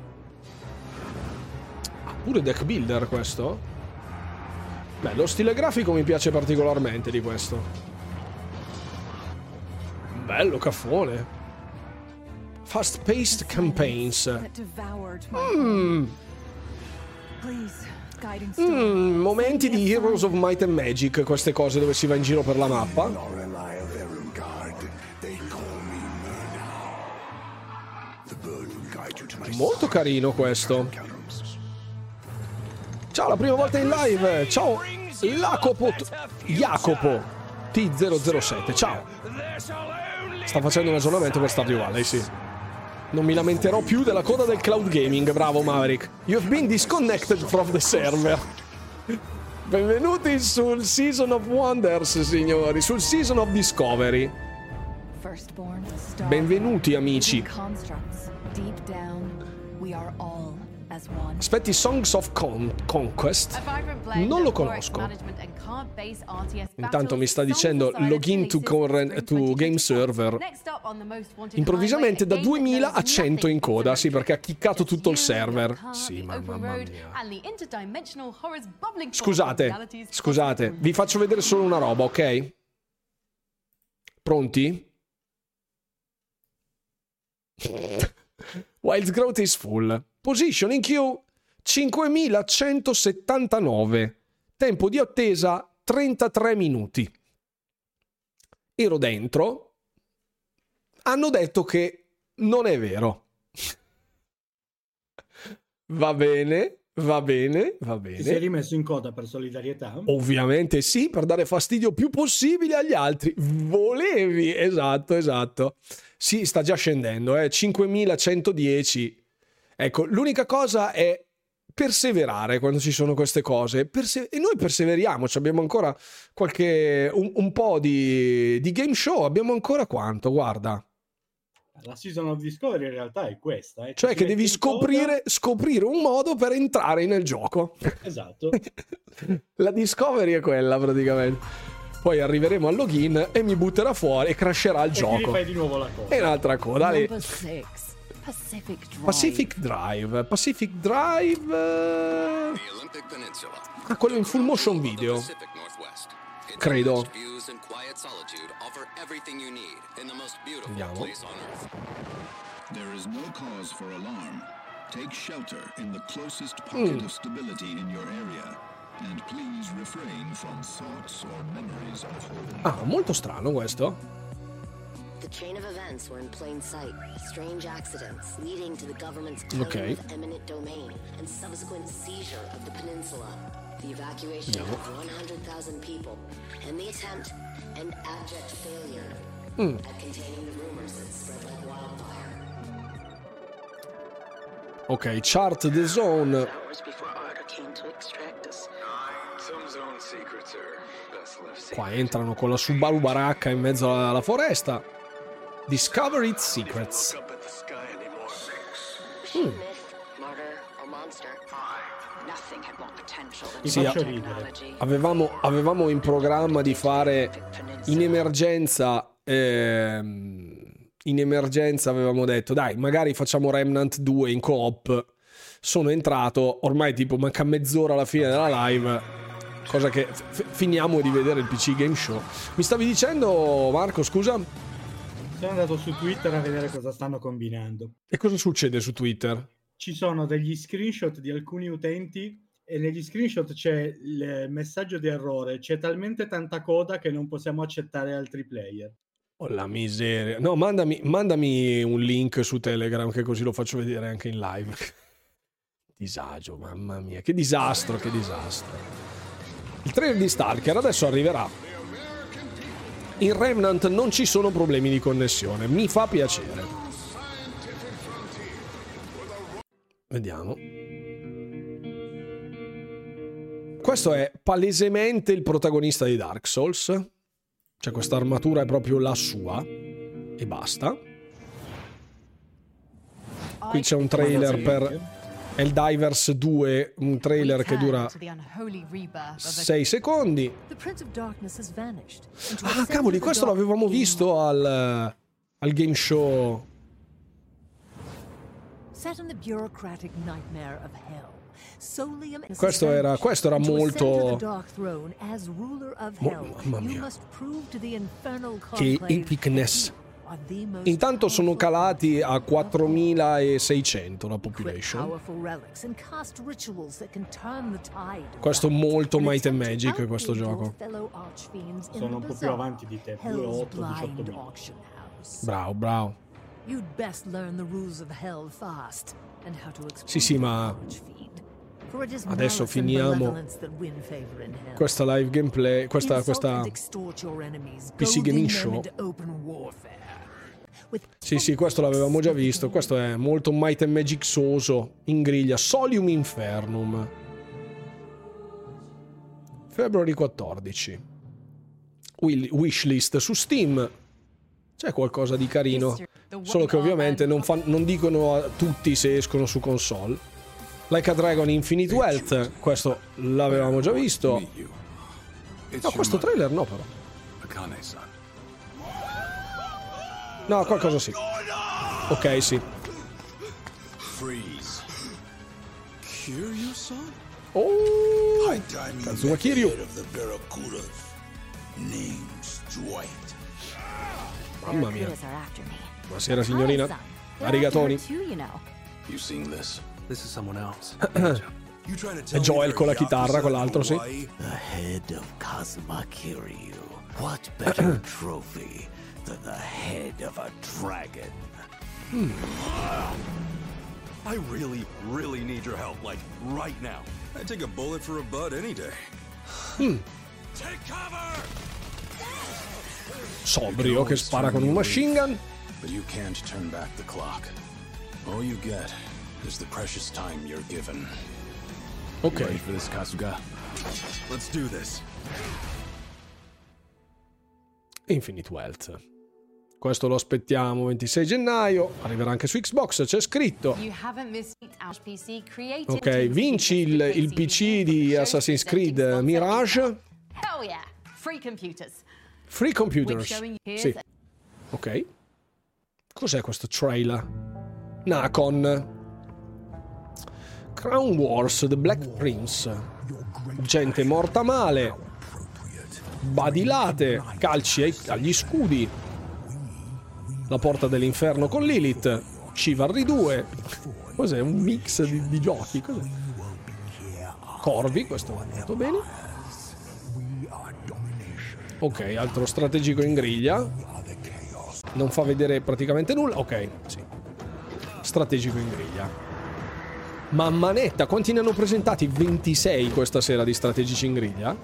Ah, pure deck builder questo? Beh, lo stile grafico mi piace particolarmente di questo. Bello, caffone. Fast-paced campaigns. Mm. Mm, momenti di Heroes of Might and Magic, queste cose dove si va in giro per la mappa. Molto carino questo. Ciao, la prima volta in live. Ciao, Jacopo, Jacopo T zero zero sette. Ciao. Sta facendo un aggiornamento per Stardew Valley, sì. Non mi lamenterò più della coda del cloud gaming. Bravo Maverick. You've been disconnected from the server. Benvenuti sul Season of Wonders, signori. Sul Season of Discovery. Benvenuti, amici. Aspetti, Songs of Con Conquest? Non lo conosco. Intanto mi sta dicendo login to, to game server. Improvvisamente da duemila a cento in coda. Sì, perché ha chiccato tutto il server. Sì, mamma mia. Scusate, scusate. Vi faccio vedere solo una roba, ok? Pronti? Wild Growth is full. Position in queue cinquemilacentosettantanove. Tempo di attesa trentatré minuti. Ero dentro. Hanno detto che non è vero. Va bene, va bene, va bene. Ti sei rimesso in coda per solidarietà? Ovviamente sì, per dare fastidio più possibile agli altri. Volevi, esatto, esatto. Sì, sta già scendendo, eh, cinquemilacentodieci. Ecco, l'unica cosa è perseverare quando ci sono queste cose. Perse- e noi perseveriamo, abbiamo ancora qualche... un, un po' di, di game show, abbiamo ancora quanto, guarda. La Season of Discovery in realtà è questa. Eh. Cioè che devi scoprire, scoprire un modo per entrare nel gioco. Esatto. La Discovery è quella praticamente. Poi arriveremo al login e mi butterà fuori e crasherà il e gioco. E fai di nuovo la coda. E un'altra coda. Lì. Pacific Drive. Pacific Drive. Pacific Drive. Ah, quello in full motion video. Credo. Vediamo. There is no cause for alarm. Take shelter in the closest pocket Mm. of stability in your area. And please refrain from thoughts or memories of home. Ah, molto strano questo. The chain of events were in plain sight. Strange accidents leading to the government's claim Okay. of eminent domain and subsequent seizure of the peninsula. The evacuation Andiamo. of one hundred thousand people and the attempt and abject failure Mm. at containing the rumors that spread like wildfire. Ok, chart the zone. Hours before Arda came to extract us. Some zone secrets are best left secret. Qua entrano con la Subaru baracca in mezzo alla, alla foresta. Discover its secrets. Mm. Martyr or monster? Nothing had more potential than Sì, a- avevamo, avevamo in programma di fare in emergenza. ehm, in emergenza avevamo detto, dai, magari facciamo Remnant due in co-op. Sono entrato, ormai tipo manca mezz'ora alla fine della live. Cosa che f- finiamo di vedere il P C Game Show. Mi stavi dicendo, Marco, scusa? Sono andato su Twitter a vedere cosa stanno combinando. E cosa succede su Twitter? Ci sono degli screenshot di alcuni utenti e negli screenshot c'è il messaggio di errore. C'è talmente tanta coda che non possiamo accettare altri player. Oh la miseria. No, mandami, mandami un link su Telegram che così lo faccio vedere anche in live. Disagio, mamma mia. Che disastro, che disastro. Il trailer di Stalker adesso arriverà. In Remnant non ci sono problemi di connessione. Mi fa piacere. Vediamo. Questo è palesemente il protagonista di Dark Souls. Cioè questa armatura è proprio la sua. E basta. Qui c'è un trailer per Helldivers due, un trailer che dura sei secondi. Ah, cavoli, questo l'avevamo visto al, al game show. Questo era, questo era molto... Oh, mamma mia. Che epicness. Intanto sono calati a quattromilaseicento la population. Questo è molto Might and Magic, questo gioco. Sono un po' più avanti di te, due otto diciottomila. Bravo, bravo. You'd best learn the rules of hell fast. Sì, sì, ma adesso finiamo questa live gameplay, questa, questa P C Gaming Show. Sì, sì, questo l'avevamo già visto. Questo è molto Might and Magic soso in griglia. Solium Infernum. Febbraio quattordici. Wishlist su Steam. C'è qualcosa di carino. Solo che ovviamente non, fan, non dicono a tutti se escono su console. Like a Dragon Infinite Wealth. Questo l'avevamo già visto. No, questo trailer no però. No, qualcosa sì. Ok, sì. Oh! Kazuma Kiryu. Mamma mia. Buonasera signorina. Arigatoni. E Joel con la chitarra, con l'altro sì. To the head of a dragon. Hmm. I really, really need your help, like right now. I'd take a bullet for a bud any day. Hmm. Take cover! Sobrio che spara con un machine gun. But you can't turn back the clock. All you get is the precious time you're given. Ok. You ready for this, Kasuga? Let's do this. Infinite Wealth. Questo lo aspettiamo ventisei gennaio, arriverà anche su Xbox, c'è scritto. Ok, vinci il, il P C di Assassin's Creed Mirage. Free computers. Free computers. Sì. Ok. Cos'è questo trailer? Nacon. Crown Wars, The Black Prince. Gente morta male. Badilate, calci ai, agli scudi. La porta dell'inferno con Lilith. Chivalry due. Cos'è? Un mix di, di giochi. Cos'è? Corvi, questo va molto bene. Ok, altro strategico in griglia. Non fa vedere praticamente nulla. Ok, sì. Strategico in griglia. Mammanetta, quanti ne hanno presentati? ventisei questa sera di strategici in griglia?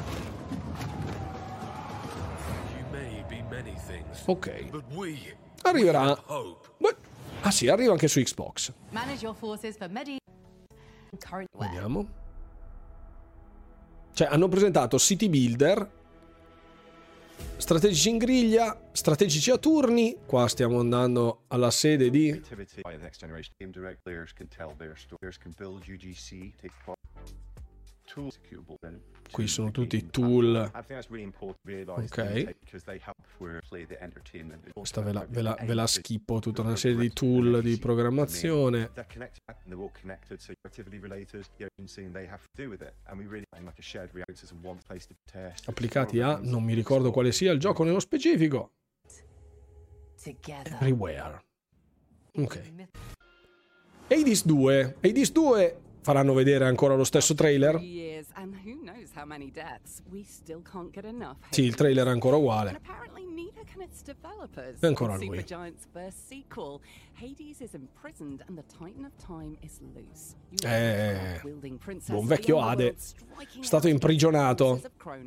Ok. Arriverà. Ah sì, arriva anche su Xbox. Vediamo. Cioè, hanno presentato City Builder, strategici in griglia, strategici a turni. Qua stiamo andando alla sede di... Qui sono tutti tool. Ok. Questa ve la, ve la, ve la schippo, tutta una serie di tool di programmazione. Applicati a, non mi ricordo quale sia il gioco nello specifico. Everywhere. Ok. Hades due. Hades due. Faranno vedere ancora lo stesso trailer? Sì, il trailer è ancora uguale. È ancora lui. Eh, buon vecchio Ade è stato imprigionato.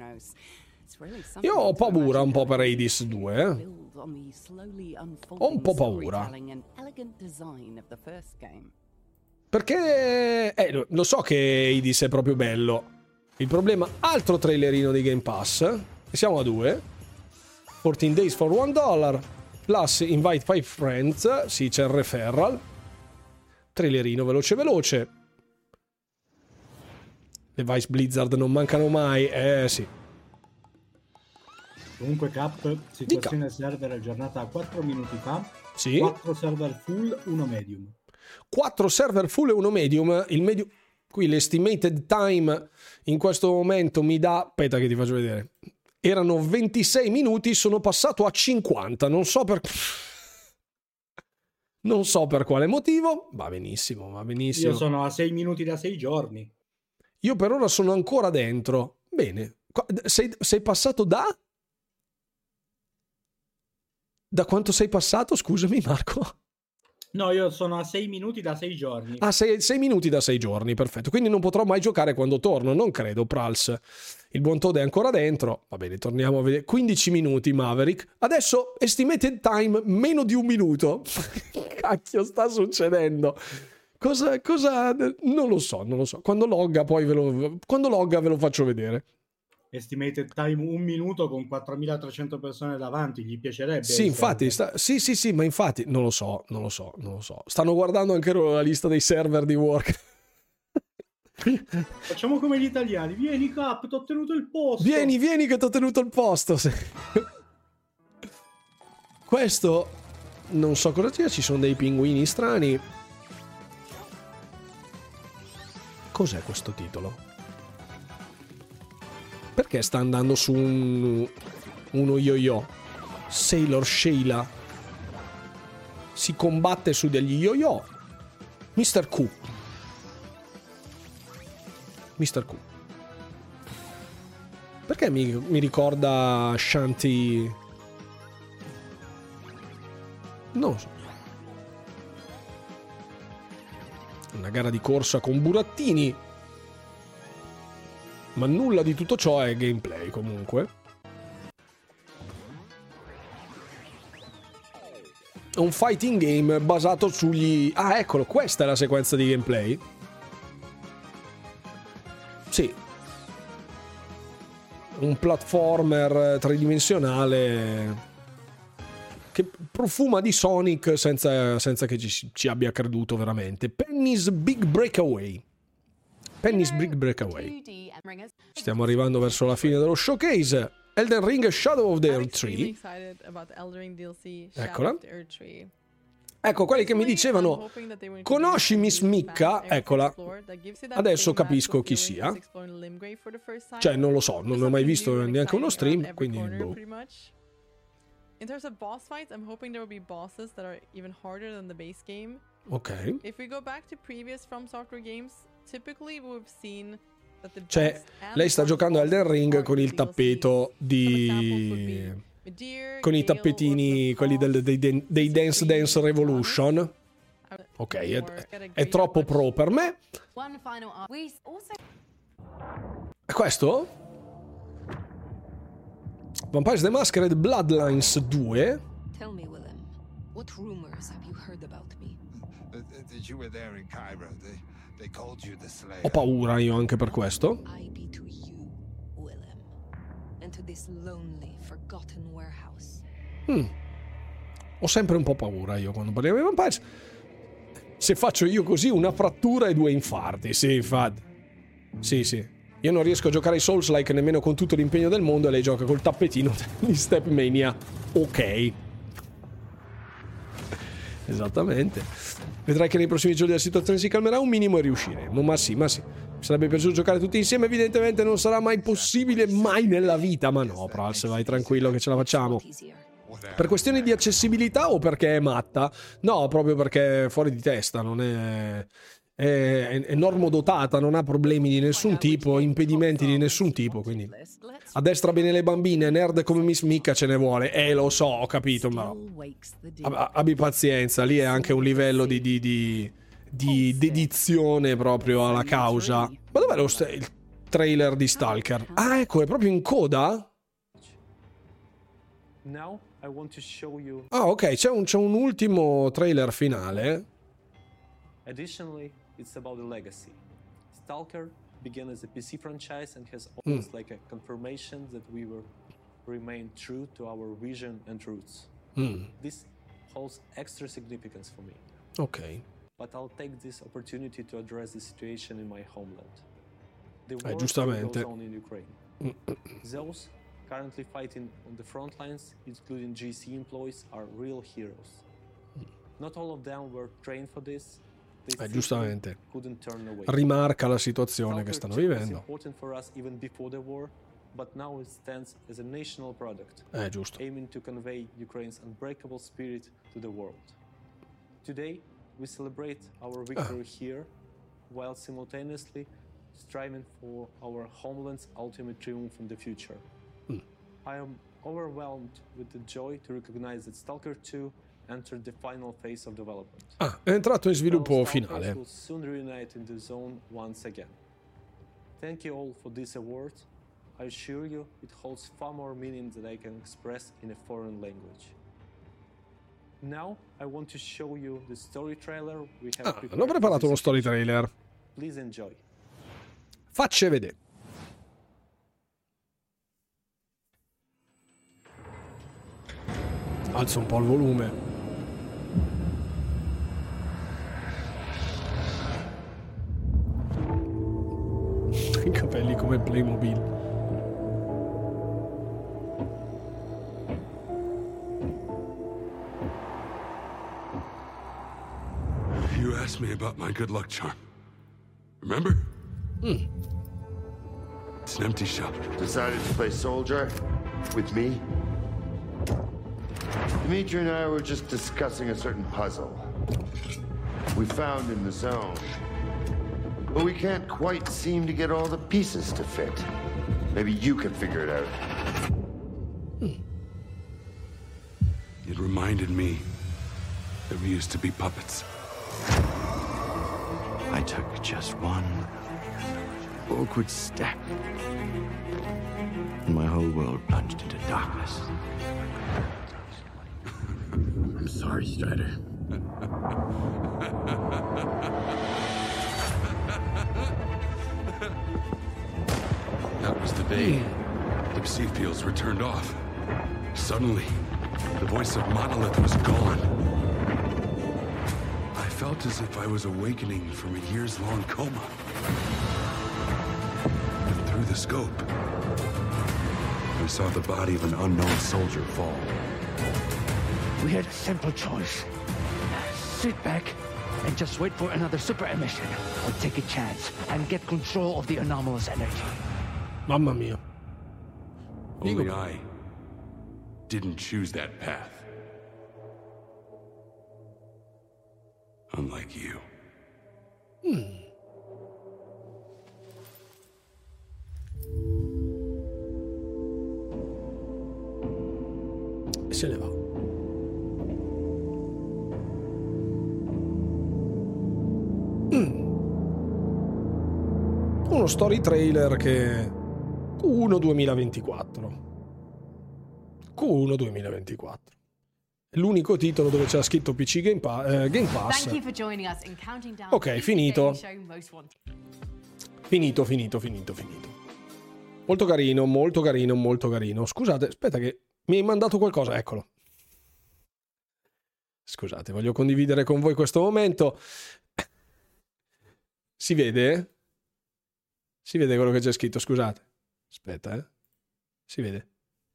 Io ho paura un po' per Hades due. Eh? Ho un po' paura. Perché eh, lo so che Hades è proprio bello. Il problema, altro trailerino di Game Pass. E siamo a due. quattordici days for one dollar. Plus invite five friends. Sì, c'è il referral. Trailerino veloce veloce. Le Vice Blizzard non mancano mai. Eh sì. Comunque Cap, situazione server aggiornata quattro minuti fa. Sì. quattro server full, uno medium. quattro server full e uno medium. Il medium, qui l'estimated time in questo momento mi dà, aspetta che ti faccio vedere, erano ventisei minuti, sono passato a cinquanta, non so per non so per quale motivo. Va benissimo, va benissimo. Io sono a sei minuti da sei giorni. Io per ora sono ancora dentro. Bene. Sei, sei passato da da quanto sei passato, scusami Marco? No, io sono a sei minuti da sei giorni. Ah, sei minuti da sei giorni, perfetto. Quindi non potrò mai giocare quando torno, non credo, Prals. Il buon Toad è ancora dentro. Va bene, torniamo a vedere. quindici minuti, Maverick. Adesso, estimated time, meno di un minuto. Cacchio, sta succedendo? Cosa, cosa... Non lo so, non lo so. Quando logga, poi ve lo... Quando logga ve lo faccio vedere. Estimated time un minuto con quattromilatrecento persone davanti, gli piacerebbe? Sì, infatti, sta... sì, sì, sì, ma infatti non lo so, non lo so, non lo so. Stanno guardando anche loro la lista dei server di Work. Facciamo come gli italiani. Vieni, Cap, ti ho tenuto il posto. Vieni, vieni che ti ho tenuto il posto. Questo non so cosa sia, ci sono dei pinguini strani. Cos'è questo titolo? Perché sta andando su un, uno yo-yo? Sailor Sheila si combatte su degli yo-yo. mister Q. mister Q. Perché mi, mi ricorda Shanti? Non lo so. Una gara di corsa con burattini. Ma nulla di tutto ciò è gameplay, comunque. È un fighting game basato sugli... Ah, eccolo, questa è la sequenza di gameplay. Sì. Un platformer tridimensionale che profuma di Sonic senza, senza che ci, ci abbia creduto veramente. Penny's Big Breakaway. Penny's Big Breakaway. Stiamo arrivando verso la fine dello showcase. Elden Ring Shadow of the Earth Tree. Eccola. Ecco, quelli che mi dicevano conosci Miss Micca? Eccola. Adesso capisco chi sia. Cioè, non lo so, non ho mai visto neanche uno stream, quindi boh. In terms of boss fights, I'm hoping there will be bosses that are even harder than the base game. Ok. If we go back to previous From Software games, typically we've seen that the Cioè, lei sta giocando Elden Ring con il tappeto di... con i tappetini, quelli del, dei, dei Dance Dance Revolution. Ok, è, è troppo pro per me. E questo? Vampires the Masquerade Bloodlines due. Tell me, Willem, what rumors have you heard about me? That you were there in Cairo. They, they called you the Slayer. Ho paura io anche per questo. I be to you, Willem, and to this lonely, forgotten warehouse. Hmm. Ho sempre un po' paura io quando parliamo di Vampires. Se faccio io così, una frattura e due infarti. Sì, infatti. Sì, sì. Io non riesco a giocare ai Souls-like nemmeno con tutto l'impegno del mondo e lei gioca col tappetino di Step Mania. Ok. Esattamente. Vedrai che nei prossimi giorni la situazione si calmerà un minimo e riusciremo. Ma sì, ma sì. Mi sarebbe piaciuto giocare tutti insieme, evidentemente non sarà mai possibile, mai nella vita. Ma no, Prals, vai tranquillo che ce la facciamo. Per questioni di accessibilità o perché è matta? No, proprio perché è fuori di testa, non è... È, è normodotata, non ha problemi di nessun tipo, impedimenti di nessun tipo, quindi a destra bene le bambine, nerd come Miss Micca ce ne vuole. Eh, lo so, ho capito, ma ab- abbi pazienza, lì è anche un livello di, di, di, di dedizione proprio alla causa. Ma dov'è lo st- il trailer di Stalker? Ah, ecco, è proprio in coda? Ah, ok, c'è un, c'è un ultimo trailer finale. Additionally, it's about the legacy. Stalker began as a P C franchise and has almost mm. like a confirmation that we will remain true to our vision and roots. Mm. This holds extra significance for me. Okay. But I'll take this opportunity to address the situation in my homeland. The eh, war giustamente. goes on in Ukraine. Those currently fighting on the front lines, including G C employees, are real heroes. Not all of them were trained for this. Eh, giustamente rimarca la situazione che stanno vivendo. È giusto. Aiming to convey Ukraine's unbreakable spirit to the world. Today we celebrate our victory ah. here while simultaneously striving for our homeland's ultimate triumph in the future. Mm. I am overwhelmed with the joy to recognize that Stalker two enter the final phase of development. Ah, è entrato in sviluppo Our finale. Stalkers will soon reunite in the zone once again. Thank you all for this award. I assure you it holds far more meaning than I can express in a foreign language. Now I want to show you the story trailer we have Ah, prepared hanno for preparato this uno story occasion. trailer. Please enjoy. Facce vedere. Alzo un po' il volume. I capelli come Playmobil. You asked me about my good luck charm. Remember? Hmm. It's an empty shell. Decided to play soldier with me? Dimitri and I were just discussing a certain puzzle we found in the zone. But we can't quite seem to get all the pieces to fit. Maybe you can figure it out. It reminded me that we used to be puppets. I took just one awkward step, and my whole world plunged into darkness. I'm sorry, Strider. That was the day the C fields were turned off. Suddenly, the voice of Monolith was gone. I felt as if I was awakening from a years-long coma. And through the scope, I saw the body of an unknown soldier fall. We had a simple choice. Sit back and just wait for another super emission, or take a chance and get control of the anomalous energy. Mamma mia. Only I didn't choose that path. Unlike you. Hmm. E se ne va. Mm. Uno story trailer che Q uno duemilaventiquattro. Q uno duemilaventiquattro. È l'unico titolo dove c'era scritto P C Game, pa- eh, Game Pass. Ok, finito. Finito, finito, finito, finito. Molto carino, molto carino, molto carino. Scusate, aspetta che mi hai mandato qualcosa, eccolo. Scusate, voglio condividere con voi questo momento. Si vede? Si vede quello che c'è scritto, scusate. Aspetta, eh. Si vede.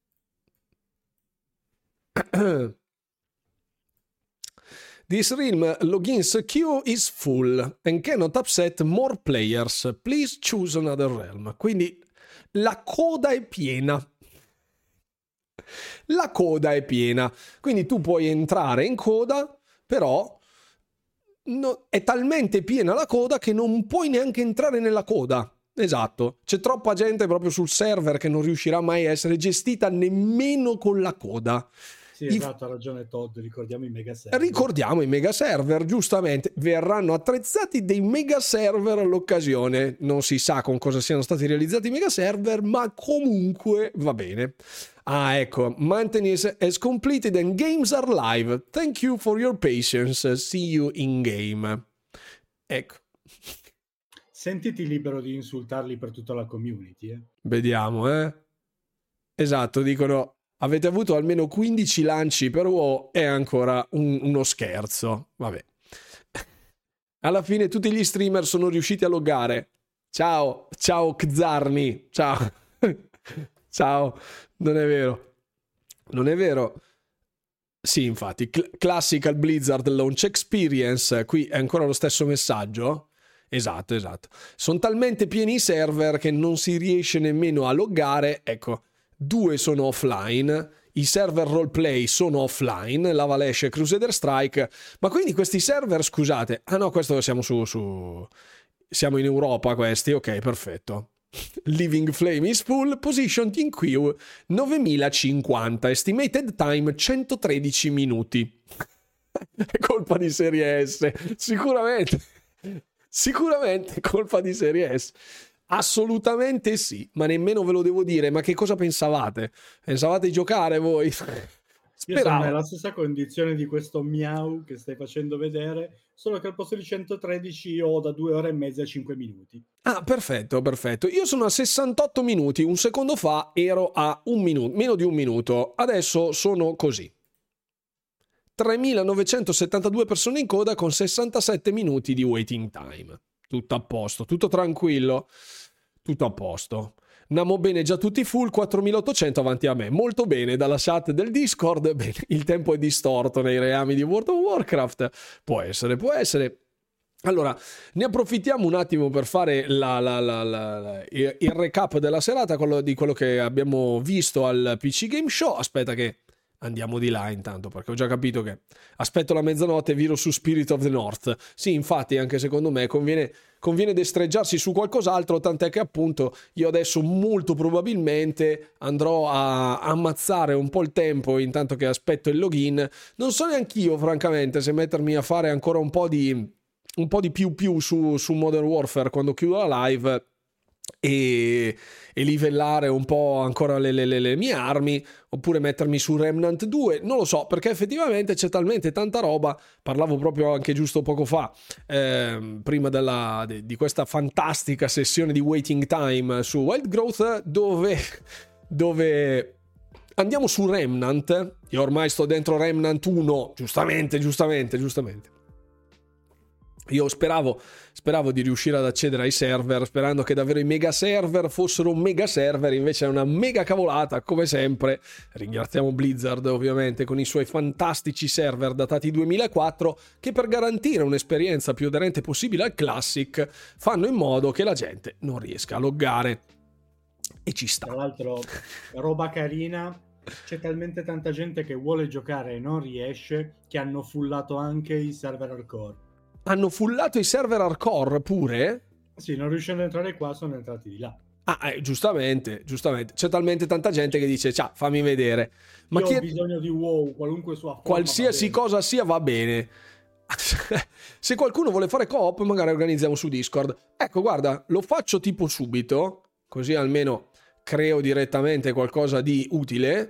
This realm logins queue is full and cannot upset more players. Please choose another realm. Quindi la coda è piena. La coda è piena. Quindi tu puoi entrare in coda, però no, è talmente piena la coda che non puoi neanche entrare nella coda. Esatto. C'è troppa gente proprio sul server che non riuscirà mai a essere gestita nemmeno con la coda. Sì, esatto, ha ragione Todd, ricordiamo i mega server. Ricordiamo i mega server, giustamente, verranno attrezzati dei mega server all'occasione. Non si sa con cosa siano stati realizzati i mega server, ma comunque va bene. Ah, ecco, maintenance has completed and games are live. Thank you for your patience. See you in game. Ecco. Sentiti libero di insultarli per tutta la community, eh. Vediamo, eh. Esatto, dicono avete avuto almeno quindici lanci per WoW, è ancora un, uno scherzo. Vabbè. Alla fine tutti gli streamer sono riusciti a loggare. Ciao, ciao Kzarni, ciao. Ciao, non è vero. Non è vero. Sì, infatti, Cl- Classical Blizzard Launch Experience, qui è ancora lo stesso messaggio. Esatto, esatto. Sono talmente pieni i server che non si riesce nemmeno a loggare. Ecco, due sono offline, i server roleplay sono offline, Lavalash e Crusader Strike, ma quindi questi server, scusate, ah no, questo siamo su, su... siamo in Europa questi, ok, perfetto. Living Flame is full, positioned in queue novemilacinquanta, estimated time centotredici minuti. è colpa di Serie S, sicuramente, sicuramente è colpa di Serie S. Assolutamente sì, ma nemmeno ve lo devo dire. Ma che cosa pensavate? Pensavate di giocare voi? Io sono nella stessa condizione di questo miau che stai facendo vedere, solo che al posto di centotredici ho da due ore e mezza a cinque minuti. Ah, perfetto, perfetto. Io sono a sessantotto minuti, un secondo fa ero a un minuto, meno di un minuto. Adesso sono così. tremilanovecentosettantadue persone in coda con sessantasette minuti di waiting time. Tutto a posto, tutto tranquillo, tutto a posto. Andiamo bene già tutti full, quattromilaottocento avanti a me. Molto bene, dalla chat del Discord. Bene, il tempo è distorto nei reami di World of Warcraft. Può essere, può essere. Allora, ne approfittiamo un attimo per fare la, la, la, la, la, il recap della serata, quello, di quello che abbiamo visto al P C Game Show. Aspetta che andiamo di là intanto, perché ho già capito che aspetto la mezzanotte e viro su Spirit of the North. Sì, infatti, anche secondo me conviene, conviene destreggiarsi su qualcos'altro, tant'è che appunto io adesso molto probabilmente andrò a ammazzare un po' il tempo intanto che aspetto il login. Non so neanch'io, francamente, se mettermi a fare ancora un po' di un po' di più più su, su Modern Warfare quando chiudo la live e, e livellare un po' ancora le, le, le mie armi, oppure mettermi su Remnant due, non lo so, perché effettivamente c'è talmente tanta roba. Parlavo proprio anche giusto poco fa, eh, prima della, de, di questa fantastica sessione di waiting time su Wild Growth, dove, dove andiamo su Remnant. Io ormai sto dentro Remnant uno, giustamente, giustamente, giustamente. Io speravo, speravo di riuscire ad accedere ai server, sperando che davvero i mega server fossero un mega server, invece è una mega cavolata, come sempre. Ringraziamo Blizzard ovviamente con i suoi fantastici server datati duemilaquattro, che per garantire un'esperienza più aderente possibile al Classic fanno in modo che la gente non riesca a loggare. E ci sta. Tra l'altro, roba carina, c'è talmente tanta gente che vuole giocare e non riesce, che hanno fullato anche i server hardcore. Hanno fullato i server hardcore pure? Sì, non riuscendo ad entrare qua, sono entrati di là. Ah, eh, giustamente, giustamente. C'è talmente tanta gente che dice, ciao, fammi vedere. Ma Io chi ho è... bisogno di WoW, qualunque sua forma. Qualsiasi cosa sia va bene. Se qualcuno vuole fare co-op, magari organizziamo su Discord. Ecco, guarda, lo faccio tipo subito, così almeno creo direttamente qualcosa di utile.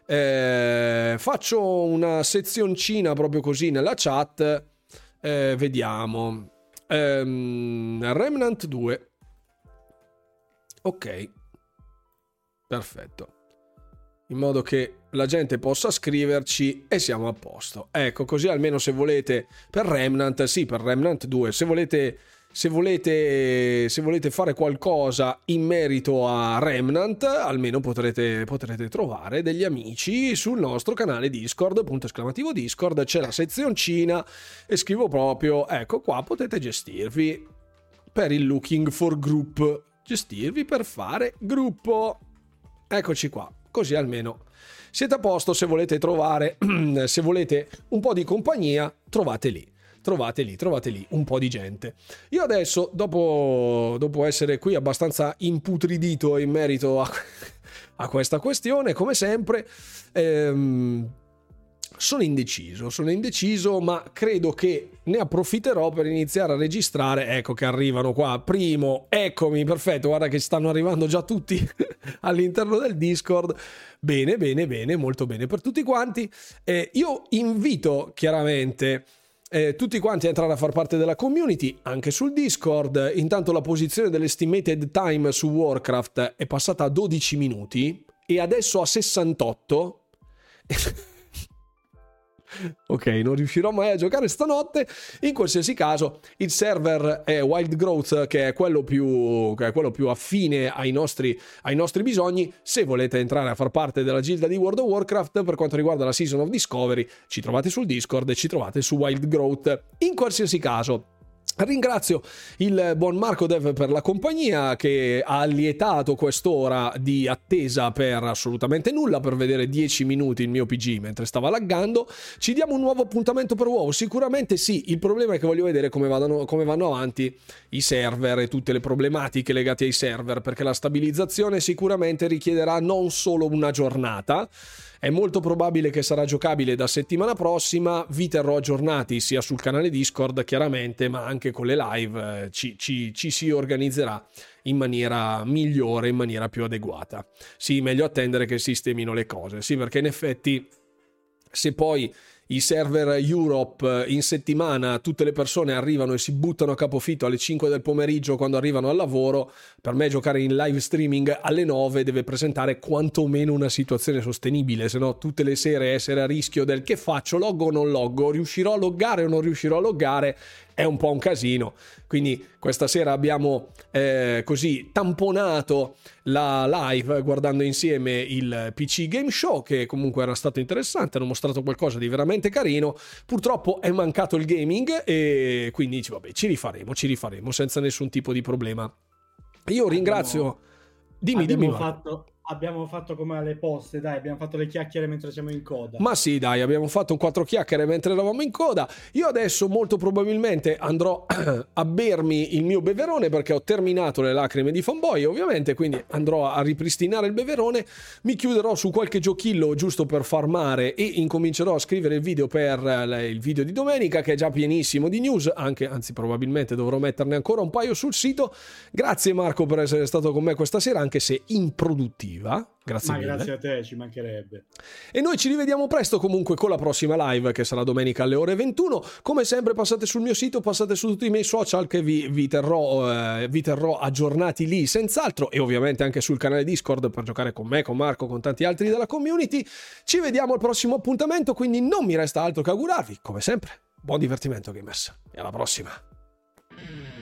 Eh, faccio una sezioncina proprio così nella chat. Eh, vediamo ehm, Remnant due. Ok, perfetto, in modo che la gente possa scriverci e siamo a posto. Ecco, così almeno se volete per Remnant, sì, per Remnant due, se volete se volete se volete fare qualcosa in merito a Remnant, almeno potrete potrete trovare degli amici sul nostro canale Discord, punto esclamativo Discord, c'è la sezioncina e scrivo proprio, ecco qua, potete gestirvi per il looking for group, gestirvi per fare gruppo. Eccoci qua, così almeno siete a posto. Se volete trovare se volete un po' di compagnia, trovate lì. Trovate lì, trovate lì un po' di gente. Io adesso, dopo, dopo essere qui abbastanza imputridito in merito a, a questa questione, come sempre, ehm, sono indeciso, sono indeciso, ma credo che ne approfitterò per iniziare a registrare. Ecco che arrivano qua. Primo, eccomi, perfetto, guarda che stanno arrivando già tutti all'interno del Discord. Bene, bene, bene, molto bene per tutti quanti. Eh, io invito chiaramente... Eh, tutti quanti a entrare a far parte della community anche sul Discord. Intanto la posizione dell'estimated time su Warcraft è passata a dodici minuti e adesso a sessantotto. Ok, non riuscirò mai a giocare stanotte. In qualsiasi caso, il server è Wild Growth, che è quello più, che è quello più affine ai nostri, ai nostri bisogni. Se volete entrare a far parte della gilda di World of Warcraft, per quanto riguarda la Season of Discovery, ci trovate sul Discord e ci trovate su Wild Growth. In qualsiasi caso, ringrazio il buon Marco Dev per la compagnia, che ha allietato quest'ora di attesa per assolutamente nulla, per vedere dieci minuti il mio P G mentre stava laggando. Ci diamo un nuovo appuntamento per WoW? Sicuramente sì, il problema è che voglio vedere come vadano, come vanno avanti i server e tutte le problematiche legate ai server, perché la stabilizzazione sicuramente richiederà non solo una giornata, È molto probabile che sarà giocabile da settimana prossima, vi terrò aggiornati sia sul canale Discord chiaramente, ma anche con le live, eh, ci, ci, ci si organizzerà in maniera migliore, in maniera più adeguata. Sì, meglio attendere che sistemino le cose, sì, perché in effetti se poi i server Europe in settimana tutte le persone arrivano e si buttano a capofitto alle cinque del pomeriggio quando arrivano al lavoro, per me giocare in live streaming alle nove deve presentare quantomeno una situazione sostenibile, se no tutte le sere essere a rischio del che faccio, loggo o non loggo, riuscirò a loggare o non riuscirò a loggare, è un po' un casino. Quindi questa sera abbiamo eh, così tamponato la live guardando insieme il P C Game Show, che comunque era stato interessante, hanno mostrato qualcosa di veramente carino. Purtroppo è mancato il gaming e quindi vabbè, ci rifaremo, ci rifaremo senza nessun tipo di problema. Io ringrazio... Abbiamo, dimmi, abbiamo dimmi. fatto, abbiamo fatto come alle poste, dai, abbiamo fatto le chiacchiere mentre siamo in coda. Ma sì, dai, abbiamo fatto un quattro chiacchiere mentre eravamo in coda. Io adesso molto probabilmente andrò a bermi il mio beverone perché ho terminato le lacrime di fanboy, ovviamente, quindi andrò a ripristinare il beverone, mi chiuderò su qualche giochillo giusto per farmare e incomincerò a scrivere il video per il video di domenica, che è già pienissimo di news, anche, anzi probabilmente dovrò metterne ancora un paio sul sito. Grazie Marco per essere stato con me questa sera, anche se improduttiva. Grazie Ma mille. grazie a te, ci mancherebbe. E noi ci rivediamo presto comunque con la prossima live, che sarà domenica alle ore ventuno. Come sempre passate sul mio sito, passate su tutti i miei social che vi, vi, terrò, eh, vi terrò aggiornati lì senz'altro, e ovviamente anche sul canale Discord per giocare con me, con Marco, con tanti altri della community. Ci vediamo al prossimo appuntamento, quindi non mi resta altro che augurarvi, come sempre, buon divertimento gamers e alla prossima.